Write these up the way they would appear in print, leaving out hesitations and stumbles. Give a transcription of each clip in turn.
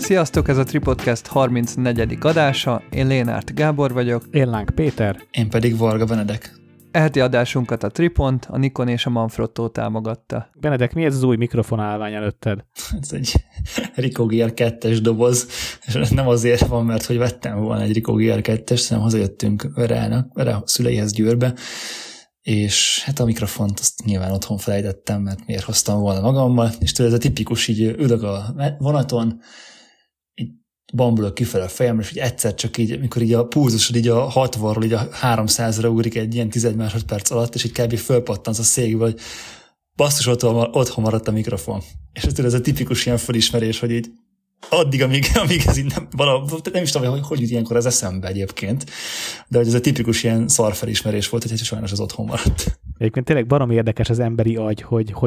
Sziasztok, ez a Tripodcast 34. adása, én Lénárt Gábor vagyok. Én Láng Péter. Én pedig Varga Benedek. Eheti adásunkat a Tripont, a Nikon és a Manfrotto támogatta. Benedek, mi ez az új mikrofon állvány előtted? Ez egy Ricoh GR2-es doboz, és nem azért van, mert hogy vettem volna egy Ricoh GR2-es, hanem hazajöttünk erre a szüleihez Győrbe, és hát a mikrofont azt nyilván otthon felejtettem, mert miért hoztam volna magammal, és tőle ez a tipikus, így ülök a vonaton, így bambulok kifele a fejemre, és így egyszer csak így, mikor így a pulzusod így a 60-ról így a 300-ra ugrik egy ilyen 10 másodperc alatt, és így kb. Fölpattansz a székből, hogy basszus, otthon maradt a mikrofon. És ez a tipikus ilyen felismerés, hogy így addig, amíg ez így nem is tudom, hogy jut ilyenkor az eszembe egyébként, de hogy ez a tipikus ilyen szar felismerés volt, hogy sajnos az otthon maradt. Egyébként tényleg baromi érdekes az emberi agy,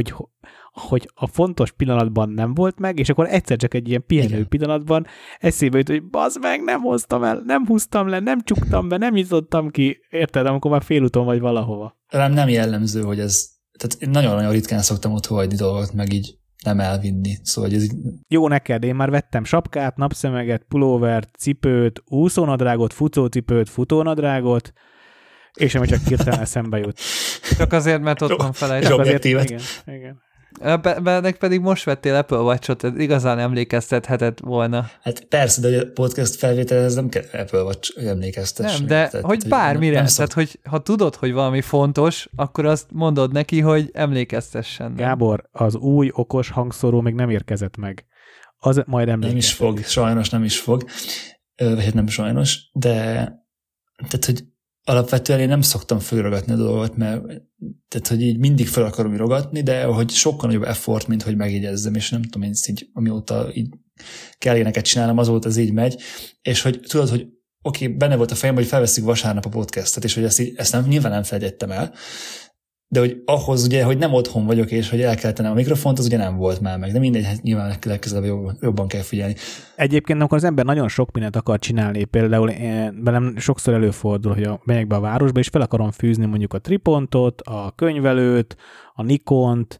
hogy a fontos pillanatban nem volt meg, és akkor egyszer csak egy ilyen pihenő pillanatban eszébe jut, hogy bazd meg, nem hoztam el, nem húztam le, nem csuktam be, nem nyitottam ki, érted, amikor már félúton vagy valahova. Rám nem jellemző, hogy ez, tehát én nagyon-nagyon ritkán szoktam ott hagyni dolgot, meg így nem elvinni. Szóval, hogy ez így... Jó neked, én már vettem sapkát, napszöveget, pulóvert, cipőt, úszónadrágot, futócipőt, futónadrágot, és ami csak hirtelen eszembe jut. Csak azért, mert otthon felejtettem. Igen. Bennek pedig most vettél Apple Watch-ot, ez igazán emlékeztethetett volna. Hát persze, de a podcast felvételhez nem kell Apple Watch emlékeztessen. Nem, de tehát, hogy bármire, nem tehát hogy ha tudod, hogy valami fontos, akkor azt mondod neki, hogy emlékeztessen. Gábor, az új okos hangszóró még nem érkezett meg. Az majd emlékeztet. Nem is fog, sajnos nem is fog. Vagy nem sajnos, de tehát, hogy alapvetően én nem szoktam fölrogatni a dolgot, mert tehát, hogy így mindig fel akarom rogatni, de hogy sokkal nagyobb effort, mint hogy megjegyezzem, és nem tudom, én így, amióta így kell ilyeneket csinálnom, azóta ez így megy, és hogy tudod, hogy oké, benne volt a fejem, hogy felveszünk vasárnap a podcastet, és hogy ezt nyilván nem felejtettem el, de hogy ahhoz ugye, hogy nem otthon vagyok, és hogy el kell tennem a mikrofont, az ugye nem volt már meg, de mindegy, hát nyilván legközelebb jobban kell figyelni. Egyébként, amikor az ember nagyon sok mindent akar csinálni, például velem sokszor előfordul, hogy megyek be a városba, és fel akarom fűzni mondjuk a Tripontot, a könyvelőt, a Nikont,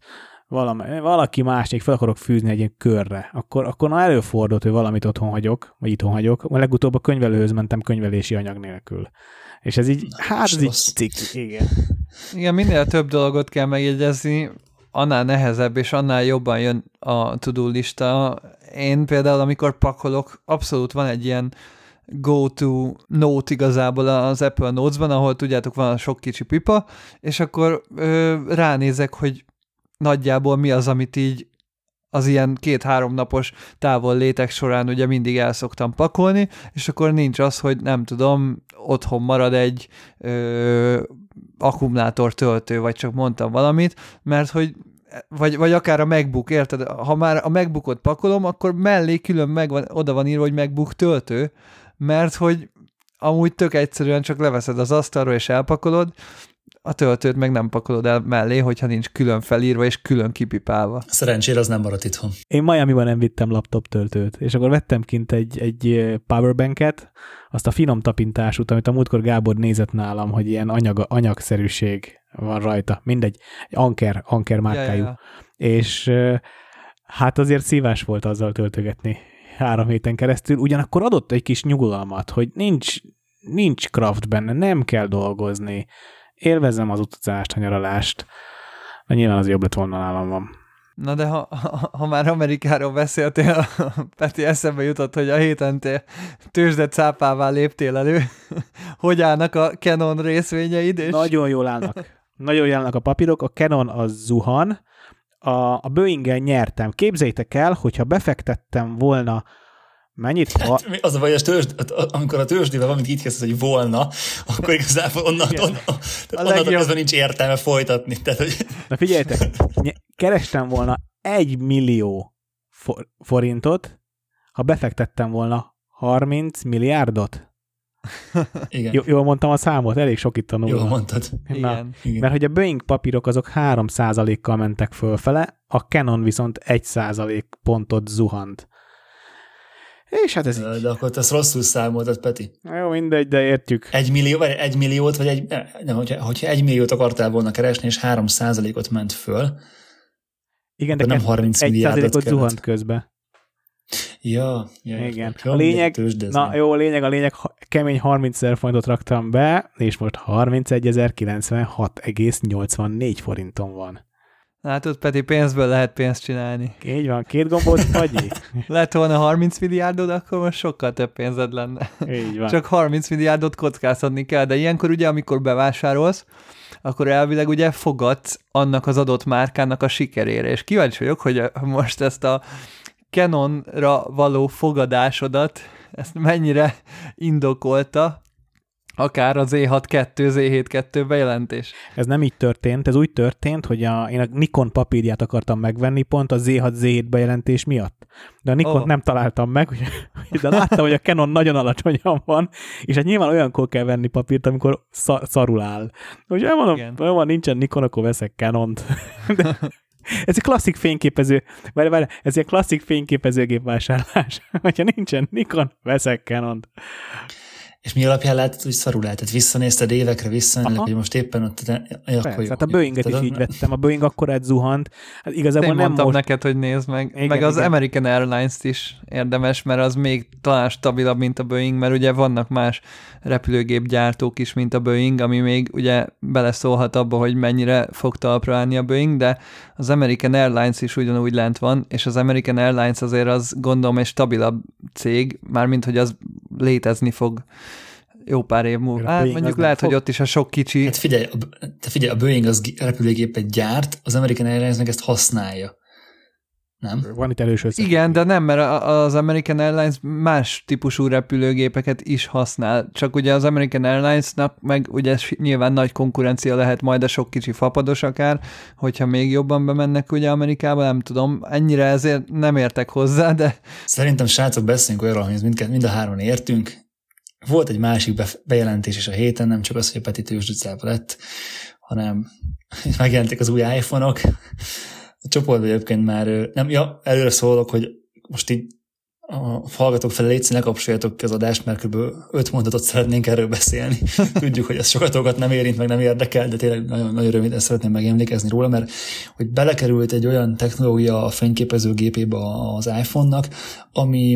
valaki másik fel akarok fűzni egy ilyen körre, akkor előfordult, hogy valamit otthon hagyok, vagy itthon hagyok. Legutóbb a könyvelőhöz mentem könyvelési anyag nélkül. És ez így, ez így cikk, igen. Igen, minél több dolgot kell megjegyezni, annál nehezebb, és annál jobban jön a to-do lista. Én például, amikor pakolok, abszolút van egy ilyen go-to note igazából az Apple Notes-ban, ahol tudjátok, van sok kicsi pipa, és akkor ránézek, hogy nagyjából mi az, amit így az ilyen 2-3 napos távol létek során ugye mindig el szoktam pakolni, és akkor nincs az, hogy nem tudom, otthon marad egy akkumulátor töltő, vagy csak mondtam valamit, mert hogy vagy akár a MacBook, érted? Ha már a MacBookot pakolom, akkor mellé külön oda van írva, hogy MacBook töltő, mert hogy amúgy tök egyszerűen csak leveszed az asztalról és elpakolod, a töltőt meg nem pakolod el mellé, hogyha nincs külön felírva és külön kipipálva. Szerencsére az nem maradt itthon. Én Miamiban nem vittem laptop töltőt, és akkor vettem kint egy powerbanket, azt a finom tapintásút, amit a múltkor Gábor nézett nálam, hogy ilyen anyagszerűség van rajta. Mindegy, egy Anker márkájú. Ja. És hát azért szívás volt azzal töltögetni 3 héten keresztül, ugyanakkor adott egy kis nyugalmat, hogy nincs craft benne, nem kell dolgozni. Élvezzem az utazást, a nyaralást, de nyilván az jobb lett volna nálam van. Na de ha már Amerikáról beszéltél, Peti, eszembe jutott, hogy a héten te tőzsdecápává léptél elő. Hogy állnak a Canon részvényeid? És... Nagyon jól állnak. Nagyon jól állnak a papírok. A Canon az zuhan. A Boeing-en nyertem. Képzeljétek el, hogyha befektettem volna mennyit? Hát, az a baj, amikor a tőzsdével valamit így kezdesz, hogy volna, akkor igazából onnantól kezdve nincs értelme folytatni. Tehát, hogy... Na figyeljetek, kerestem volna 1 millió forintot, ha befektettem volna 30 milliárdot. Igen. Jól mondtam a számot, elég sok itt a nulla. Jól mondtad. Igen. Mert hogy a Boeing papírok azok 3%-kal mentek fölfele, a Canon viszont 1% pontot zuhant. És hát ez így. De akkor te ezt rosszul számoltad, Peti. Jó, mindegy, de értjük. 1 milliót, vagy hogyha 1 milliót akartál volna keresni, és 3%-ot ment föl, igen, de nem 30 milliárdot zuhant közben. Ja. Igen. A lényeg, a lényeg, kemény 30 000 forintot raktam be, és most 31.096,84 forinton van. Látod, Peti, pénzből lehet pénzt csinálni. Így van, 2 gombóc fagyi. Lett volna 30 milliárdod, akkor most sokkal több pénzed lenne. Így van. Csak 30 milliárdot kockáztatni kell, de ilyenkor ugye, amikor bevásárolsz, akkor elvileg ugye fogadsz annak az adott márkának a sikerére, és kíváncsi vagyok, hogy most ezt a Canonra való fogadásodat, ezt mennyire indokolta, akár az E6-2, Z7-2 bejelentés. Ez nem így történt, ez úgy történt, hogy én a Nikon papírját akartam megvenni pont a Z6-Z7 bejelentés miatt. De a Nikont nem találtam meg, de láttam, hogy a Canon nagyon alacsonyan van, és hát nyilván olyankor kell venni papírt, amikor szarul áll. Úgyhogy mondom, nincsen Nikon, akkor veszek Canont. De ez egy klasszik fényképező, ez egy klasszik fényképezőgép vásárlás. Hogyha nincsen Nikon, veszek Canont. És mi alapján látod, hogy szarul lehet? Tehát visszanézted évekre, hogy most éppen ott... Persze, hát a Boeinget is így vettem. A Boeing akkorát zuhant. Hát igazából én nem mondtam most... neked, hogy nézd meg. Igen, meg az American Airlines-t is érdemes, mert az még talán stabilabb, mint a Boeing, mert ugye vannak más repülőgépgyártók is, mint a Boeing, ami még ugye beleszólhat abba, hogy mennyire fog talpra állni a Boeing, de az American Airlines is ugyanúgy lent van, és az American Airlines azért az gondolom egy stabilabb cég, mármint hogy az létezni fog jó pár év múlva. Hát mondjuk lehet, hogy ott is a sok kicsi... Hát figyelj, a Boeing az repülőgépet gyárt, az American Airlines-nek ezt használja. Nem? Van itt erős össze. Igen, de nem, mert az American Airlines más típusú repülőgépeket is használ. Csak ugye az American Airlines-nak meg ugye nyilván nagy konkurencia lehet majd a sok kicsi fapados akár, hogyha még jobban bemennek ugye Amerikába, nem tudom. Ennyire ezért nem értek hozzá, de... Szerintem, srácok, beszéljünk olyanról, hogy mind a hárman értünk. Volt egy másik bejelentés is a héten, nem csak az, hogy a Peti tőzsdicába lett, hanem megjelentek az új iPhone-ok. A csoportban egyébként már előre szólok, hogy most így a hallgatók felé létszik, ne kapcsoljatok ki az adást, mert kb. 5 mondatot szeretnénk erről beszélni. Tudjuk, hogy ez sokatokat nem érint, meg nem érdekel, de tényleg nagyon, nagyon röviden szeretném megemlékezni róla, mert hogy belekerült egy olyan technológia a fényképezőgépébe az iPhone-nak, ami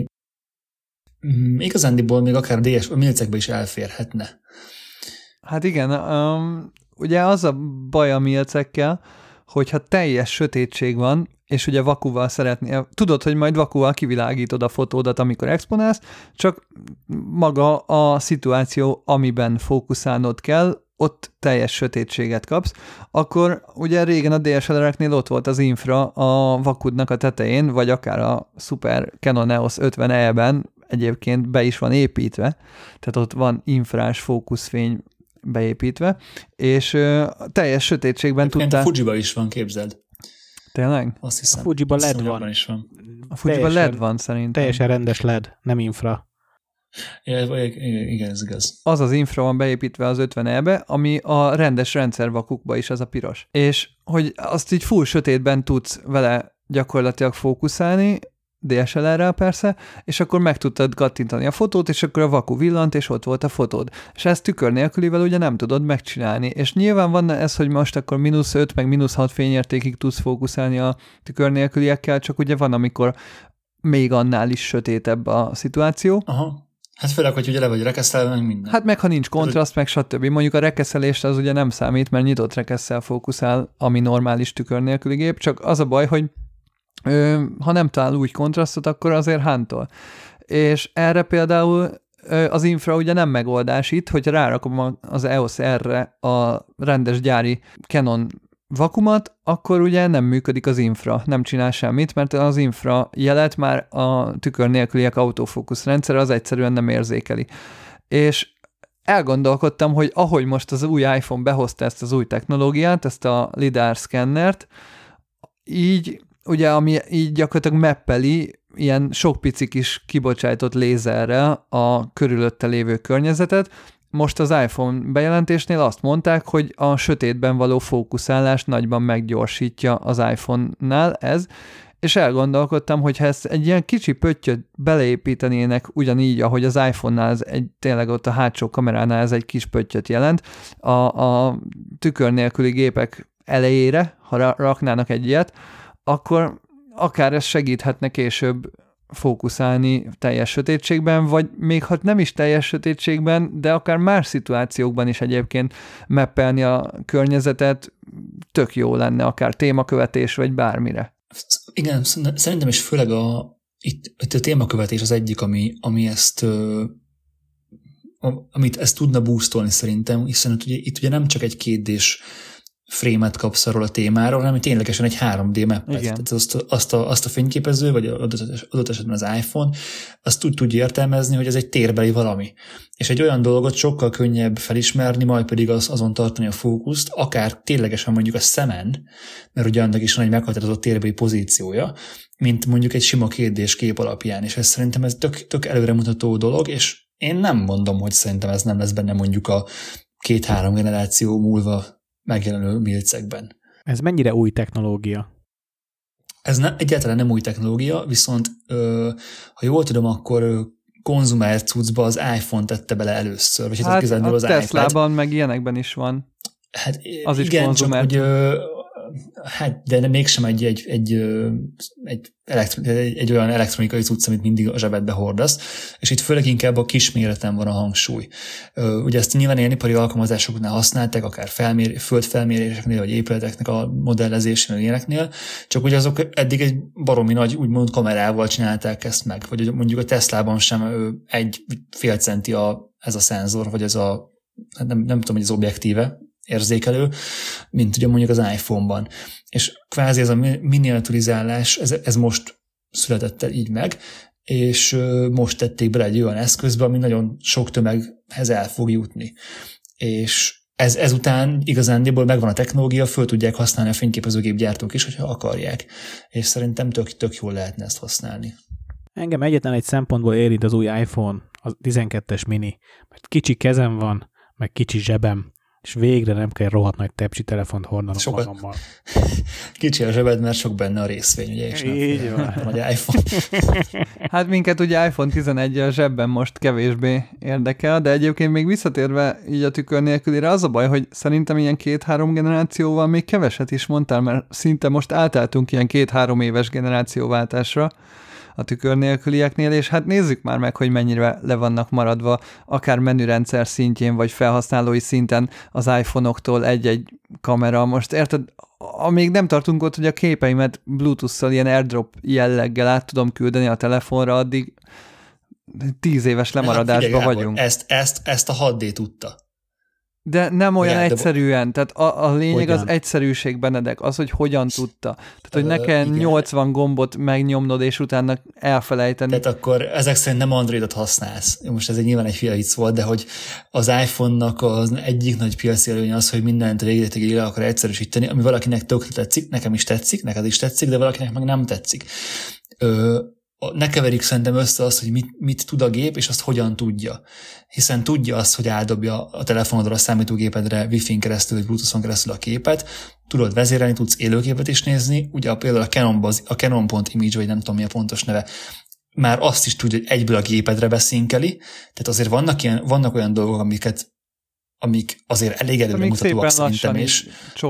igazándiból még akár DS milcekbe is elférhetne. Hát igen, ugye az a baj a milcekkel, hogyha teljes sötétség van, és ugye vakuval szeretnél, tudod, hogy majd vakuval kivilágítod a fotódat, amikor exponálsz, csak maga a szituáció, amiben fókuszálnod kell, ott teljes sötétséget kapsz, akkor ugye régen a DSLR-eknél ott volt az infra a vakudnak a tetején, vagy akár a Super Canon EOS 50E-ben egyébként be is van építve, tehát ott van infrás fókuszfény beépítve, és teljes sötétségben tudtál... A Fujiba is van, képzeld. Tényleg? Azt hiszem. A Fujiba LED van. Is van. A Fujiba LED van szerintem. Teljesen rendes LED, nem infra. Ja, igen, ez igaz. Az az infra van beépítve az 50E-be, ami a rendes rendszervakukba is, az a piros. És hogy azt így full sötétben tudsz vele gyakorlatilag fókuszálni, DSLR-rel persze, és akkor meg tudtad kattintani a fotót, és akkor a vaku villant, és ott volt a fotód. És ezt tükör nélkülivel ugye nem tudod megcsinálni. És nyilván van ez, hogy most akkor -5, meg -6 fényértékig tudsz fókuszálni a tükör nélküliekkel, csak ugye van, amikor még annál is sötétebb a szituáció. Aha. Hát főleg, hogy ugye le vagy rekesztelve, meg minden. Hát meg ha nincs kontraszt, meg stb. Mondjuk a rekeszelést az ugye nem számít, mert nyitott rekesszel fókuszál, ami normális tükör nélküli gép, csak az a baj, hogy ha nem talál úgy kontrasztot, akkor azért hántol. És erre például az infra ugye nem megoldás itt, hogyha rárakom az EOS R-re a rendes gyári Canon vakumat, akkor ugye nem működik az infra, nem csinál semmit, mert az infra jelet már a tükör nélküliek autofókusz rendszer az egyszerűen nem érzékeli. És elgondolkodtam, hogy ahogy most az új iPhone behozta ezt az új technológiát, ezt a LiDAR szkennert, így ugye, ami így gyakorlatilag mappeli ilyen sok pici kis kibocsájtott lézerrel a körülötte lévő környezetet. Most az iPhone bejelentésnél azt mondták, hogy a sötétben való fókuszálást nagyban meggyorsítja az iPhone-nál ez, és elgondolkodtam, hogy ha ezt egy ilyen kicsi pöttyöt beleépítenének ugyanígy, ahogy az iPhone-nál ez tényleg ott a hátsó kameránál ez egy kis pöttyöt jelent, a tükör nélküli gépek elejére, ha raknának egy ilyet, akkor akár ez segíthetne később fókuszálni teljes sötétségben, vagy még ha nem is teljes sötétségben, de akár más szituációkban is egyébként mappelni a környezetet tök jó lenne, akár témakövetés, vagy bármire. Igen, szerintem is főleg itt a témakövetés az egyik, ami amit ezt tudna boostolni szerintem, hiszen itt ugye nem csak egy 2D-s frame-et kapsz arról a témáról, hanem ténylegesen egy 3D mappet. Tehát azt a fényképező, vagy adott esetben az iPhone, azt úgy tudja értelmezni, hogy ez egy térbeli valami. És egy olyan dolgot sokkal könnyebb felismerni, majd pedig azon tartani a fókuszt, akár ténylegesen mondjuk a szemen, mert ugye annak is van egy meghatározott térbeli pozíciója, mint mondjuk egy sima 2D-s kép alapján. És ez szerintem ez tök előremutató dolog, és én nem mondom, hogy szerintem ez nem lesz benne mondjuk a 2-3 generáció múlva megjelenő milcekben. Ez mennyire új technológia? Ez egyáltalán nem új technológia, viszont ha jól tudom, akkor konzumált cuccba az iPhone tette bele először. Vagy hát a az Teslában meg ilyenekben is van. Hát az igen, is konzumált. Csak hogy de mégsem egy olyan elektronikai cucc, amit mindig a zsebedbe hordasz, és itt főleg inkább a kisméreten van a hangsúly. Ugye ezt nyilván ilyen ipari alkalmazásoknál használták, akár földfelméréseknél, vagy épületeknek a modellezésénél, ilyeneknél, csak ugye azok eddig egy baromi nagy, úgymond kamerával csinálták ezt meg, vagy mondjuk a Teslában sem egy fél centi ez a szenzor, vagy ez a, nem tudom, hogy az objektíve, érzékelő, mint ugye mondjuk az iPhone-ban. És kvázi ez a miniaturizálás, ez most született így meg, és most tették bele egy olyan eszközbe, ami nagyon sok tömeghez el fog jutni. És ezután igazándiból megvan a technológia, föl tudják használni a fényképezőgép gyártók is, hogyha akarják. És szerintem tök jól lehetne ezt használni. Engem egyetlen egy szempontból érint az új iPhone, a 12-es mini, mert kicsi kezem van, meg kicsi zsebem, és végre nem kell rohadt nagy tepsi telefont hordanom magammal. Kicsi a zsebed, mert sok benne a részvény, ugye, és így van. Nagy iPhone. Hát minket ugye iPhone 11 a zsebben most kevésbé érdekel, de egyébként még visszatérve így a tükör nélkülire, az a baj, hogy szerintem ilyen 2-3 generációval még keveset is mondtál, mert szinte most átálltunk ilyen 2-3 éves generációváltásra a tükör nélkülieknél, és hát nézzük már meg, hogy mennyire le vannak maradva, akár menürendszer szintjén, vagy felhasználói szinten az iPhone-októl egy-egy kamera. Most érted, amíg nem tartunk ott, hogy a képeimet Bluetooth-szal ilyen airdrop jelleggel át tudom küldeni a telefonra, addig 10 éves lemaradásban vagyunk. Ezt a 6D tudta. De nem olyan egyszerűen, tehát a lényeg hogyan? Az egyszerűség, Benedek, az, hogy hogyan tudta. Tehát, hogy ne kell 80 gombot megnyomnod, és utána elfelejteni. Tehát akkor ezek szerint nem Androidot használsz. Most ez nyilván egy fiaic volt, de hogy az iPhone-nak az egyik nagy piaci előnye az, hogy mindent végletekig le akar egyszerűsíteni, ami valakinek tökre tetszik, nekem is tetszik, neked is tetszik, de valakinek meg nem tetszik. Ne keverjük szerintem össze azt, hogy mit tud a gép, és azt hogyan tudja. Hiszen tudja azt, hogy eldobja a telefonodra, a számítógépedre Wi-Fi-n keresztül, vagy Bluetooth-on keresztül a képet, tudod vezérelni, tudsz élőképet is nézni, ugye például a Canon.image, vagy nem tudom mi a pontos neve, már azt is tudja, hogy egyből a gépedre beszínkeli, tehát azért vannak olyan dolgok, amik azért elég előremutatóak szerintem, és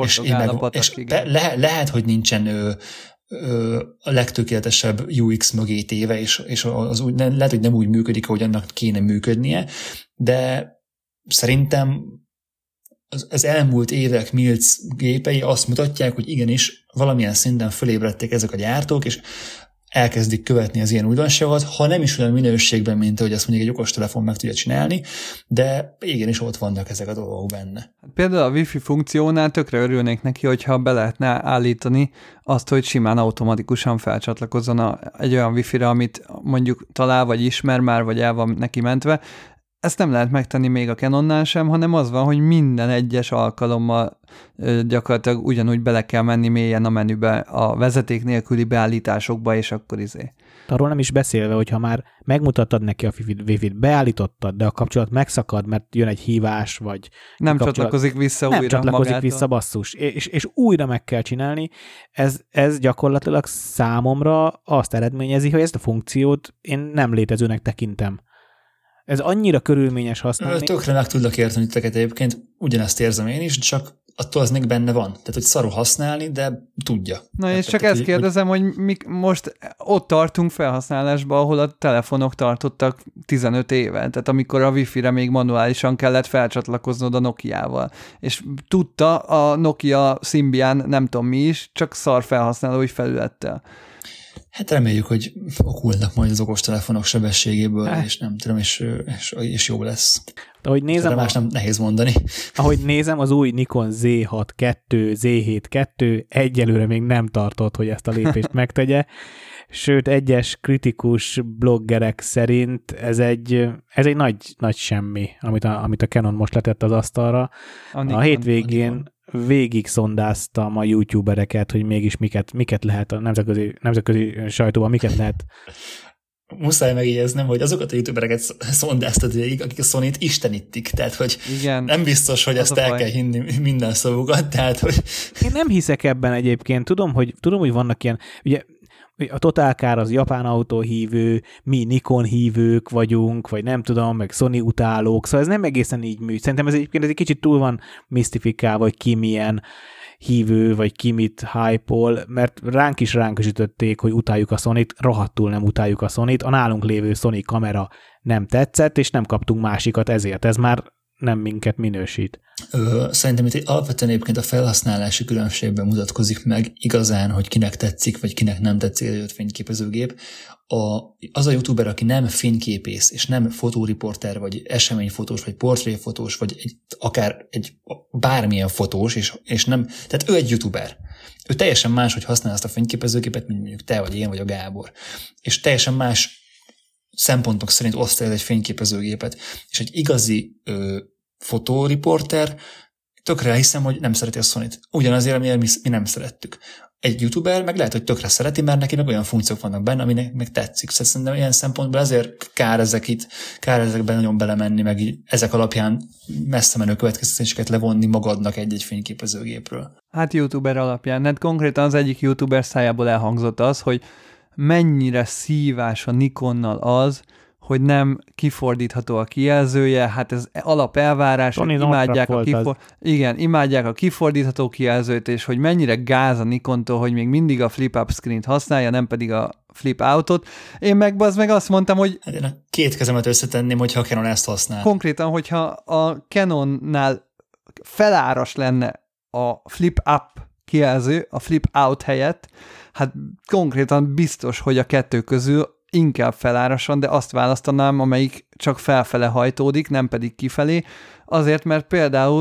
lehet, hogy nincsen a legtökéletesebb UX mögé téve, és az úgy, lehet, hogy nem úgy működik, ahogy annak kéne működnie, de szerintem az elmúlt évek Milc gépei azt mutatják, hogy igenis valamilyen szinten fölébredték ezek a gyártók, és elkezdik követni az ilyen újdonságokat, ha nem is olyan minőségben, mint ahogy azt mondjuk egy okostelefon meg tudja csinálni, de igenis ott vannak ezek a dolgok benne. Például a Wi-Fi funkciónál tökre örülnék neki, hogyha be lehetne állítani azt, hogy simán automatikusan felcsatlakozzon egy olyan Wi-Fi-re, amit mondjuk talál, vagy ismer már, vagy el van neki mentve. Ezt nem lehet megtenni még a Canonnál sem, hanem az van, hogy minden egyes alkalommal gyakorlatilag ugyanúgy bele kell menni mélyen a menübe, a vezeték nélküli beállításokba, és akkor Arról nem is beszélve, hogyha már megmutattad neki a Wi-Fi-t, beállítottad, de a kapcsolat megszakad, mert jön egy hívás, vagy nem csatlakozik vissza újra. Nem csatlakozik magától. vissza, basszus. És újra meg kell csinálni. Ez gyakorlatilag számomra azt eredményezi, hogy ezt a funkciót én nem létezőnek tekintem. Ez annyira körülményes használni. Tökre meg tudlak érteni titeket egyébként, ugyanezt érzem én is, csak attól az még benne van. Tehát, hogy szarul használni, de tudja. Na és csak ezt kérdezem, hogy most ott tartunk felhasználásban, ahol a telefonok tartottak 15 éve, tehát amikor a Wi-Fi-re még manuálisan kellett felcsatlakoznod a Nokia-val. És tudta a Nokia Symbian, nem tudom mi is, csak szar felhasználói felülettel. Hát reméljük, hogy okulnak majd az okostelefonok sebességéből, és nem tudom, és jó lesz. De ahogy nézem, más nem nehéz mondani. Ahogy nézem, az új Nikon Z6 II, Z7 II egyelőre még nem tartott, hogy ezt a lépést megtegye. Sőt, egyes kritikus bloggerek szerint ez egy nagy semmi, amit a Canon most letett az asztalra. A hétvégén végig szondáztam a youtubereket, hogy mégis miket lehet a nemzetközi sajtóban, miket lehet. Muszáj megjegyeznem, hogy azokat a youtubereket szondáztad végig, akik a Sony-t istenítik, tehát hogy igen, nem biztos, hogy ezt el kell hinni minden szavukat, tehát hogy... Én nem hiszek ebben egyébként, tudom, hogy vannak ilyen, ugye a Total Car az japán autóhívő, mi Nikon hívők vagyunk, vagy nem tudom, meg Sony utálók, szóval ez nem egészen így működik. Szerintem ez egy kicsit túl van misztifikálva, hogy ki milyen hívő, vagy ki mit hype-ol, mert ránk is ütötték, hogy utáljuk a Sony-t, rohadtul nem utáljuk a Sony-t, a nálunk lévő Sony kamera nem tetszett, és nem kaptunk másikat ezért. Ez már nem minket minősít. Szerintem itt alapvetően egyébként a felhasználási különbségben mutatkozik meg igazán, hogy kinek tetszik, vagy kinek nem tetszik egy fényképezőgép. Az a youtuber, aki nem fényképész, és nem fotóriporter, vagy eseményfotós, vagy portréfotós, vagy akár egy bármilyen fotós, és nem, tehát ő egy youtuber. Ő teljesen más, hogy használ ezt a fényképezőgépet, mint mondjuk te, vagy én, vagy a Gábor. És teljesen más szempontok szerint osztályoz egy fényképezőgépet. És egy igazi fotóriporter tökre hiszem, hogy nem szereti a Sony-t. Ugyanazért, amiért mi nem szerettük. Egy youtuber meg lehet, hogy tökre szereti, mert neki meg olyan funkciók vannak benne, aminek meg tetszik. Szóval szerintem ilyen szempontból ezért kár ezekben nagyon belemenni, meg így ezek alapján messze menő következtetéseket levonni magadnak egy-egy fényképezőgépről. Hát youtuber alapján. Hát konkrétan az egyik youtuber szájából elhangzott az, hogy mennyire szívás a Nikonnal az, hogy nem kifordítható a kijelzője, hát ez alapelvárás, imádják a kifordítható kijelzőt, és hogy mennyire gáz a Nikontól, hogy még mindig a flip-up screen-t használja, nem pedig a flip-outot. Én meg azt mondtam, hogy... Hát én a két kezemet összetenném, hogyha a Canon ezt használ. Konkrétan, hogyha a Canonnál feláras lenne a flip-up kijelző, a flip-out helyett, hát konkrétan biztos, hogy a kettő közül inkább felárasan, de azt választanám, amelyik csak felfele hajtódik, nem pedig kifelé, azért, mert például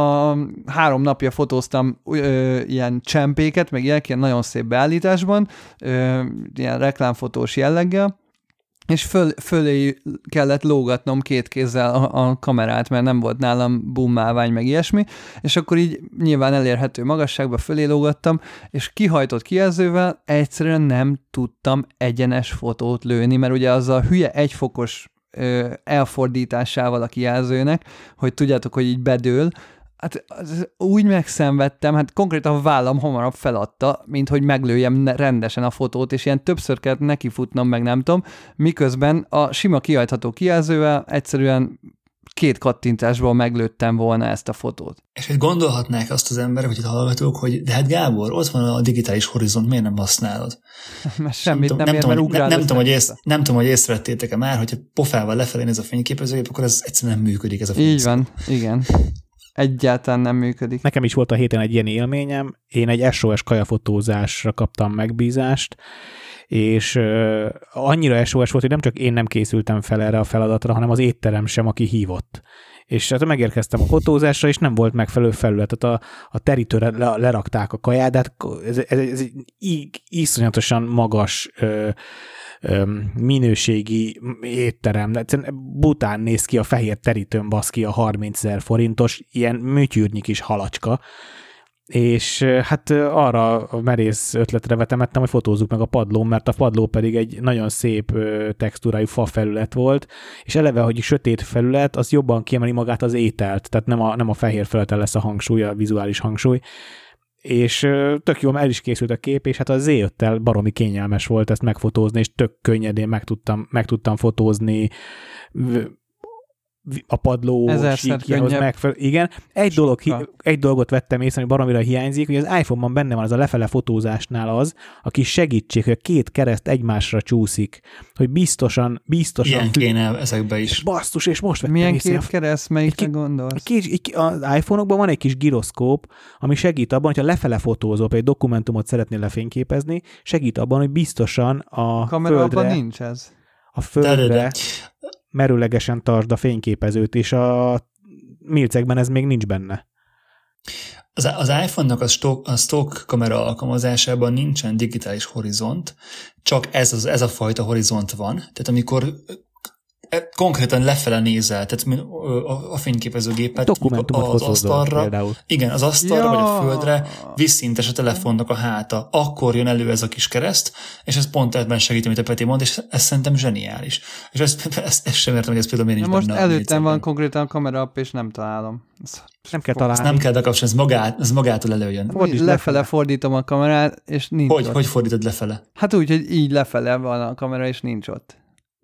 3 napja fotóztam ilyen csempéket, meg ilyen nagyon szép beállításban, ilyen reklámfotós jelleggel, és fölé kellett lógatnom 2 kézzel a kamerát, mert nem volt nálam boom-málvány, meg ilyesmi, és akkor így nyilván elérhető magasságba fölé lógattam, és kihajtott kijelzővel egyszerűen nem tudtam egyenes fotót lőni, mert ugye az a hülye egyfokos elfordításával a kijelzőnek, hogy tudjátok, hogy így bedől, hát úgy megszenvedtem, hát konkrétan a vállam hamarabb feladta, mint hogy meglőjem rendesen a fotót, és ilyen többször kellett nekifutnom, meg nem tudom, miközben a sima kihajtható kijelzővel egyszerűen 2 kattintásból meglőttem volna ezt a fotót. És hogy gondolhatnák azt az emberek, hogy itt hallgatók, hogy de hát Gábor, ott van a digitális horizont, miért nem használod? Mert semmit nem ér, mert ugrál. Nem tudom, hogy észrevettétek-e már, hogyha pofával lefelé néz a fényképezőgép, akkor ez egyszerűen nem működik ez a funkció. Így van, igen. Egyáltalán nem működik. Nekem is volt a héten egy ilyen élményem. Én egy SOS kajafotózásra kaptam megbízást, és annyira SOS volt, hogy nem csak én nem készültem fel erre a feladatra, hanem az étterem sem, aki hívott. És hát megérkeztem a fotózásra, és nem volt megfelelő felület. Tehát a terítőre lerakták a kaját, de hát ez iszonyatosan magas minőségi étterem. Bután néz ki a fehér terítőn, baszki, a 30 000 forintos, ilyen műtyűrnyi kis halacska, és hát arra a merész ötletre vetemettem, hogy fotózzuk meg a padlón, mert a padló pedig egy nagyon szép textúrájú fa felület volt, és eleve, hogy sötét felület, az jobban kiemeli magát az ételt, tehát nem a fehér felületen lesz a hangsúly, a vizuális hangsúly, és tök jól el is készült a kép, és hát a Z5-tel baromi kényelmes volt ezt megfotózni, és tök könnyedén meg tudtam fotózni. a padló síkjához megfelelő. Igen, egy dolgot vettem észre, hogy baromira hiányzik, hogy az iPhone-ban benne van az a lefele fotózásnál az, a kis segítség, hogy a két kereszt egymásra csúszik, hogy biztosan ilyen kéne ezekbe is. Basszus, és most vettem milyen két kereszt, melyikre gondolsz? Az iPhone-okban van egy kis giroszkóp, ami segít abban, hogyha lefele fotózol, egy dokumentumot szeretnél lefényképezni, segít abban, hogy biztosan a kamerában nincs ez. A földre merőlegesen tartsd a fényképezőt, és a milcekben ez még nincs benne. Az iPhone-nak a stock kamera alkalmazásában nincsen digitális horizont, csak ez a fajta horizont van. Tehát amikor konkrétan lefele nézel, tehát a fényképezőgépet az asztalra, például. Igen, az asztalra vagy a földre visszintes a telefonnak a háta. Akkor jön elő ez a kis kereszt, és ez pont ebben segít, amit a Peti mond, és ez szerintem zseniális. És ezt sem értem, hogy ez például miért nincs benne. Most előttem van konkrétan a kamera app, és nem találom. Nem kell találni. Ezt nem kell bekapcsolni, ez magától előjön. Lefele fordítom a kamerát, és nincs ott. Hogy fordítod lefele? Hát úgy, hogy így lefele van a kamera, és nincs ott.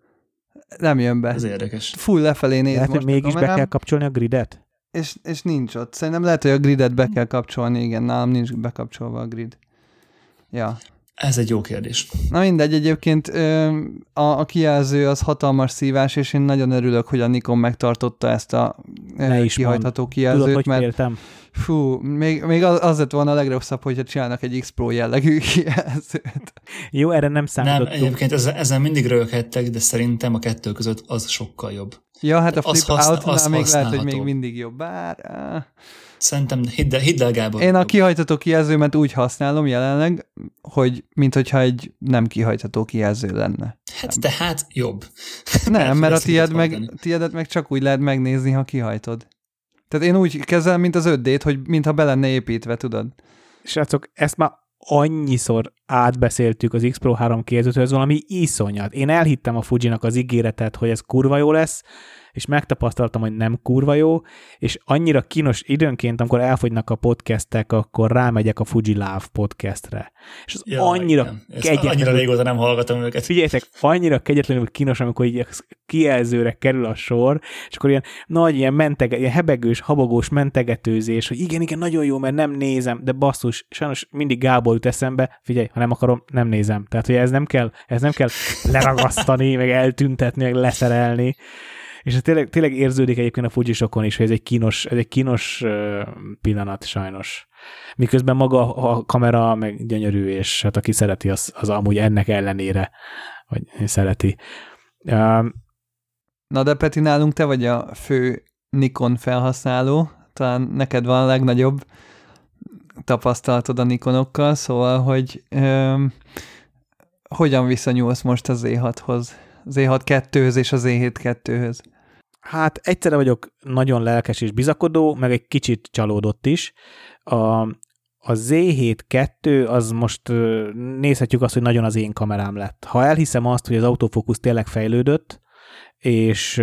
Nem jön be. Ez érdekes. Full lefelé néz most mégis be kell kapcsolni a gridet? És nincs ott. Szerintem lehet, hogy a gridet be kell kapcsolni, igen, nálam nincs bekapcsolva a grid. Ja. Ez egy jó kérdés. Na mindegy, egyébként a kijelző az hatalmas szívás, és én nagyon örülök, hogy a Nikon megtartotta ezt a kihajtható kijelzőt. Tudod, hogy féltem? Fú, még az lett volna a legrosszabb, hogyha csinálnak egy X-Pro jellegű kijelzőt. Jó, erre nem számítottunk. Nem, egyébként ezen mindig röhöghettek, de szerintem a kettő között az sokkal jobb. Ja, hát a flip out-nál még lehet, hogy még mindig jobb. Bár... Szerintem hidd el, Gábor. Én a kihajtható kijelzőmet úgy használom jelenleg, hogy minthogyha egy nem kihajtható kijelző lenne. Hát jobb. Nem, mert a tiédet meg csak úgy lehet megnézni, ha kihajtod. Tehát én úgy kezelem, mint az 5D-t, hogy mintha be lenne építve, tudod. Srácok, ezt már annyiszor átbeszéltük az X-Pro 3 kijelzőt, hogy ez valami iszonyat. Én elhittem a Fujinak az ígéretet, hogy ez kurva jó lesz, és megtapasztaltam, hogy nem kurva jó, és annyira kínos időnként, amikor elfogynak a podcastek, akkor rámegyek a Fuji Love podcastre. És az annyira kegyetlenül... Annyira régóta nem hallgatom őket. Figyeljetek, annyira kegyetlenül kínos, amikor így kijelzőre kerül a sor, és akkor ilyen nagy, ilyen hebegős, habogós mentegetőzés, hogy igen, nagyon jó, mert nem nézem, de basszus, sajnos mindig Gábor jut eszembe, figyelj, ha nem akarom, nem nézem. Tehát, hogy ez nem kell leragasztani, meg eltüntetni, meg leszerelni. És ez tényleg érződik egyébként a Fujisokon is, hogy ez egy kínos pillanat sajnos. Miközben maga a kamera meg gyönyörű, és hát aki szereti, az amúgy ennek ellenére, vagy szereti. Na de Peti, nálunk te vagy a fő Nikon felhasználó, talán neked van a legnagyobb tapasztalatod a Nikonokkal, szóval, hogy hogyan viszonyulsz most az Z6-hoz? Az Z6 2-höz és az Z7 2-höz? Hát egyszerre vagyok nagyon lelkes és bizakodó, meg egy kicsit csalódott is. A Z7 2 az most nézhetjük azt, hogy nagyon az én kamerám lett. Ha elhiszem azt, hogy az autofókusz tényleg fejlődött, és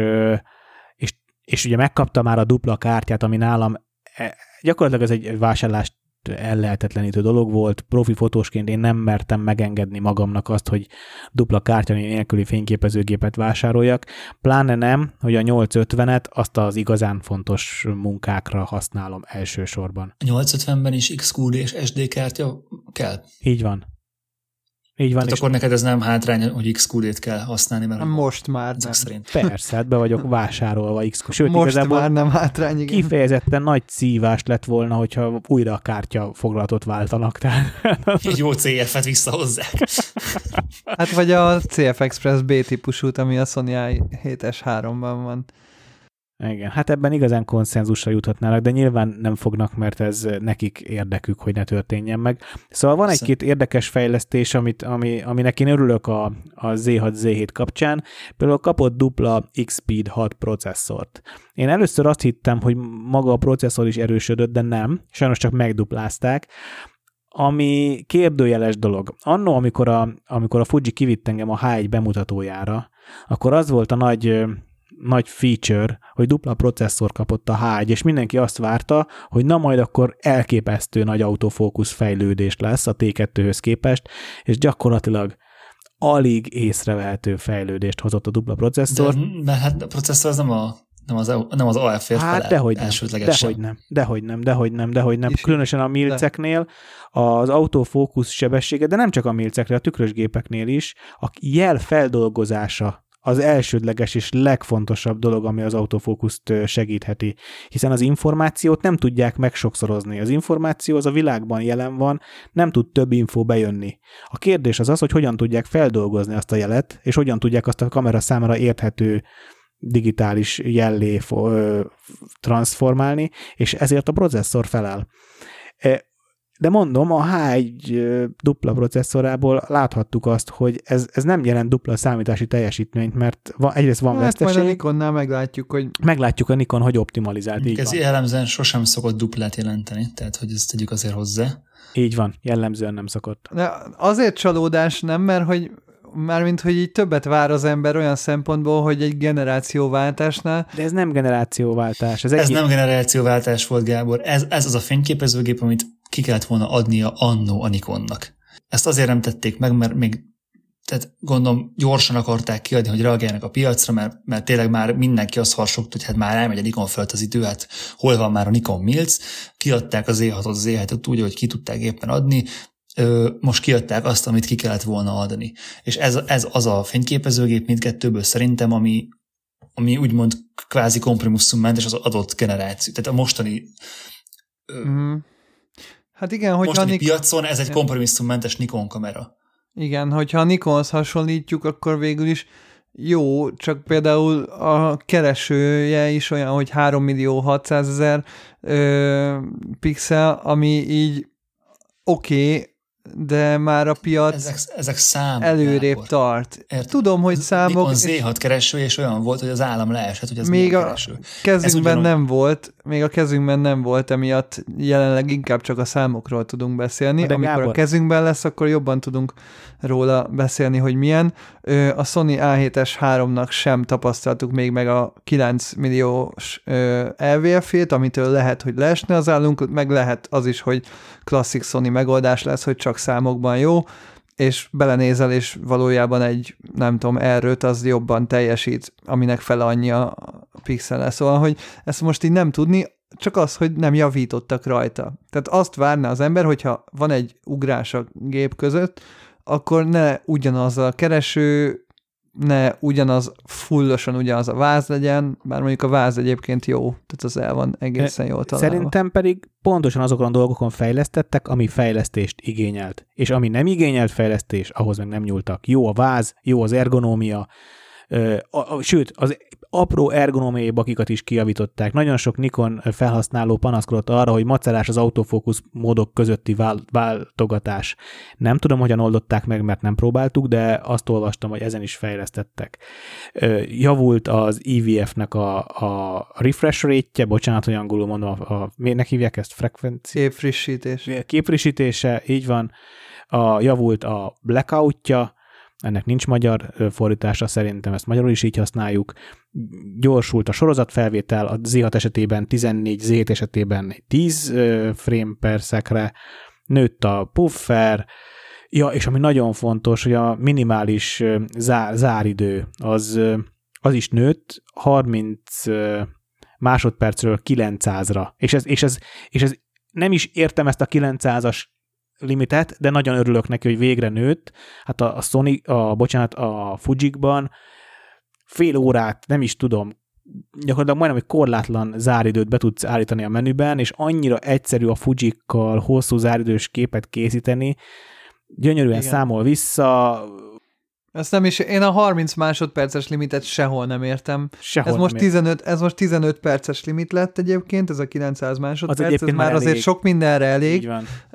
ugye megkapta már a dupla kártyát, ami nálam gyakorlatilag ez egy vásárlást ellehetetlenítő dolog volt. Profi fotósként én nem mertem megengedni magamnak azt, hogy dupla kártya nélküli fényképezőgépet vásároljak, pláne nem, hogy a 850-et azt az igazán fontos munkákra használom elsősorban. A 850-ben is XQD és SD kártya kell? Így van. Tehát akkor neked ez nem hátrány, hogy XQD-t kell használni, mert most már nem. Szerint. Persze, hát be vagyok vásárolva XQD. Sőt, most már nem hátrány, igen. Kifejezetten nagy szívást lett volna, hogyha újra a kártya foglalatot váltanak. Egy jó CF-et visszahozzák. Hát vagy a CF Express B-típusút, ami a Sony i7S3-ban van. Igen, hát ebben igazán konszenzusra juthatnának, de nyilván nem fognak, mert ez nekik érdekük, hogy ne történjen meg. Szóval van egy-két érdekes fejlesztés, aminek én örülök a Z6-Z7 kapcsán. Például kapott dupla X-Speed 6 processzort. Én először azt hittem, hogy maga a processzor is erősödött, de nem. Sajnos csak megduplázták. Ami kérdőjeles dolog. Annó, amikor a Fuji kivitt engem a H1 bemutatójára, akkor az volt a nagy feature, hogy dupla processzor kapott a H1, és mindenki azt várta, hogy na majd akkor elképesztő nagy autofókusz fejlődés lesz a T2-höz képest, és gyakorlatilag alig észrevehető fejlődést hozott a dupla processzor. De hát a processzor az nem az AF-ért hát dehogy nem. És Különösen a milceknél az autofókusz sebessége, de nem csak a milceknél, a tükrös gépeknél is, a jel feldolgozása az elsődleges és legfontosabb dolog, ami az autofókuszt segítheti. Hiszen az információt nem tudják megsokszorozni. Az információ az a világban jelen van, nem tud több infó bejönni. A kérdés az, hogy hogyan tudják feldolgozni azt a jelet, és hogyan tudják azt a kamera számára érthető digitális jellé transformálni, és ezért a processzor felel. De mondom, a H1 dupla processzorából láthattuk azt, hogy ez nem jelent dupla számítási teljesítményt, mert egyrészt van veszteség. Majd a Nikonnál meglátjuk, hogy... Meglátjuk a Nikon, hogy optimalizált. Így ez jellemzően sosem szokott duplát jelenteni, tehát hogy ezt tegyük azért hozzá. Így van, jellemzően nem szokott. De azért csalódás nem, mert hogy mármint, hogy így többet vár az ember olyan szempontból, hogy egy generációváltásnál. De ez nem generációváltás. Ez nem generációváltás volt, Gábor. Ez az a fényképezőgép, amit ki kellett volna adnia annó a Nikonnak. Ezt azért nem tették meg, mert még tehát gondolom gyorsan akarták kiadni, hogy reagáljanak a piacra, mert tényleg már mindenki azt harsogta, hogy hát már elmegy a Nikon fölött az idő, hát hol van már a Nikon Milc. Kiadták az E6-ot, az E7-ot úgy, hogy ki tudták éppen adni, most kiadták azt, amit ki kellett volna adni. És ez az a fényképezőgép mindkettőből szerintem, ami úgymond kvázi kompromisszummentes az adott generáció. Tehát a mostani hát igen, hogyha mostani piacon ez egy kompromisszummentes Nikon kamera. Igen, hogyha a Nikonhoz hasonlítjuk, akkor végül is jó, csak például a keresője is olyan, hogy 3.600.000 pixel, ami így oké, de már a piac ezek számok, előrébb tart. Tudom, hogy számok... Nikon Z6 kereső, és olyan volt, hogy az állam leesett, hogy ez még milyen kereső. Még a kezünkben nem volt, emiatt jelenleg inkább csak a számokról tudunk beszélni. De amikor Gábor, a kezünkben lesz, akkor jobban tudunk róla beszélni, hogy milyen. A Sony A7S 3-nak sem tapasztaltuk még meg a 9 milliós LVF-ét, amitől lehet, hogy leesne az állunk, meg lehet az is, hogy klasszik Sony megoldás lesz, hogy csak számokban jó, és belenézel, és valójában egy, nem tudom, R5 az jobban teljesít, aminek fele annyi a pixele. Szóval, hogy ezt most így nem tudni, csak az, hogy nem javítottak rajta. Tehát azt várná az ember, hogyha van egy ugrás a gép között, akkor ne ugyanaz a kereső, ne fullosan ugyanaz a váz legyen, bár mondjuk a váz egyébként jó, tehát az el van egészen jól találva. Szerintem pedig pontosan azokon a dolgokon fejlesztettek, ami fejlesztést igényelt. És ami nem igényelt fejlesztés, ahhoz meg nem nyúltak. Jó a váz, jó az ergonómia, sőt, az apró ergonómiai bakikat is kijavították. Nagyon sok Nikon felhasználó panaszkodott arra, hogy macerás az autofókusz módok közötti váltogatás. Nem tudom, hogyan oldották meg, mert nem próbáltuk, de azt olvastam, hogy ezen is fejlesztettek. Javult az EVF-nek a refresh rate-je, bocsánat, hogy angolul mondom, minek hívják ezt? Képfrissítése, így van. Javult a blackoutja, ennek nincs magyar fordítása, szerintem ezt magyarul is így használjuk. Gyorsult a sorozatfelvétel, a Z6 esetében 14, Z7 esetében 10 frame per szekre, nőtt a puffer, ja, és ami nagyon fontos, hogy a minimális záridő az is nőtt 30 másodpercről 900-ra. És ez nem is értem ezt a 900-as limitet, de nagyon örülök neki, hogy végre nőtt. Hát a Fujikban fél órát, nem is tudom, gyakorlatilag majdnem, hogy korlátlan záridőt be tudsz állítani a menüben, és annyira egyszerű a Fujikkal hosszú záridős képet készíteni, gyönyörűen számol vissza. Ezt nem is, én a 30 másodperces limitet sehol nem értem. Ez most 15 perces limit lett egyébként, ez a 900 másodperc, ez már azért sok mindenre elég,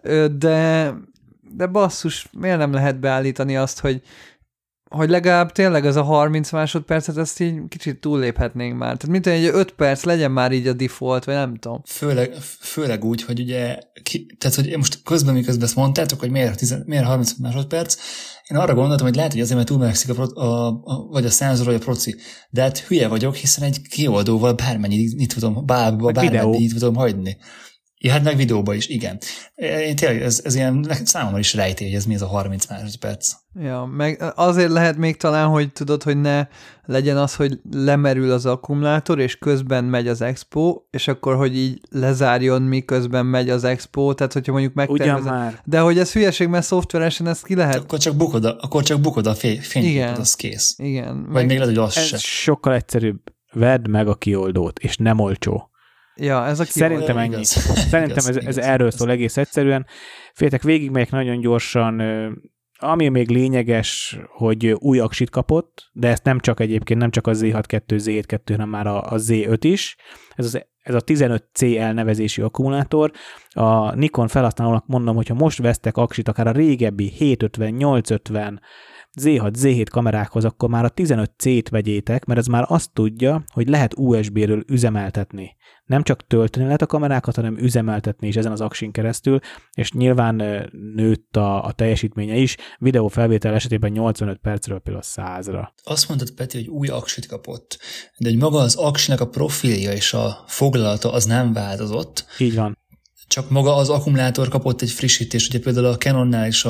de basszus, miért nem lehet beállítani azt, hogy legalább tényleg ez a 30 másodpercet, ezt így kicsit túlléphetnénk már. Tehát mint egy 5 perc legyen már így a default, vagy nem tudom. Főleg úgy, hogy ugye, tehát hogy most miközben ezt mondtátok, hogy miért 30 másodperc, én arra gondoltam, hogy lehet, hogy azért, mert túlmelegszik vagy a szenzor, vagy a proci. De hát hülye vagyok, hiszen egy kioldóval bármennyit tudom hagyni. Ja, hát meg videóban is, igen. Én tényleg, ez ilyen számomra is rejtély, hogy ez mi ez a 30 másodperc. Ja, meg azért lehet még talán, hogy tudod, hogy ne legyen az, hogy lemerül az akkumulátor, és közben megy az expo, és akkor, hogy így lezárjon, miközben megy az expo, tehát hogyha mondjuk megtervezed. De hogy ez hülyeség, mert szoftveresen ezt ki lehet. Akkor csak bukod a fényképet, az kész. Igen. Vagy még lehet, hogy az ez se. Sokkal egyszerűbb. Vedd meg a kioldót, és nem olcsó. Ja, ez a Szerintem ennyi. Igaz. Szerintem ez erről szól egész egyszerűen. Féltek, végigmegyek nagyon gyorsan, ami még lényeges, hogy új aksit kapott, de ezt nem csak egyébként, nem csak a Z62, Z72, hanem már a Z5 is. Ez a 15C elnevezésű akkumulátor. A Nikon felhasználónak mondom, hogyha most vesztek aksit, akár a régebbi 750, 850, Z6, Z7 kamerákhoz, akkor már a 15C-t vegyétek, mert ez már azt tudja, hogy lehet USB-ről üzemeltetni. Nem csak tölteni lehet a kamerákat, hanem üzemeltetni is ezen az aksin keresztül, és nyilván nőtt a teljesítménye is, videófelvétel esetében 85 percről például 100-ra. Azt mondtad, Peti, hogy új aksit kapott, de hogy maga az aksinak a profilja és a foglalata az nem változott. Így van. Csak maga az akkumulátor kapott egy frissítést, ugye például a Canonnál és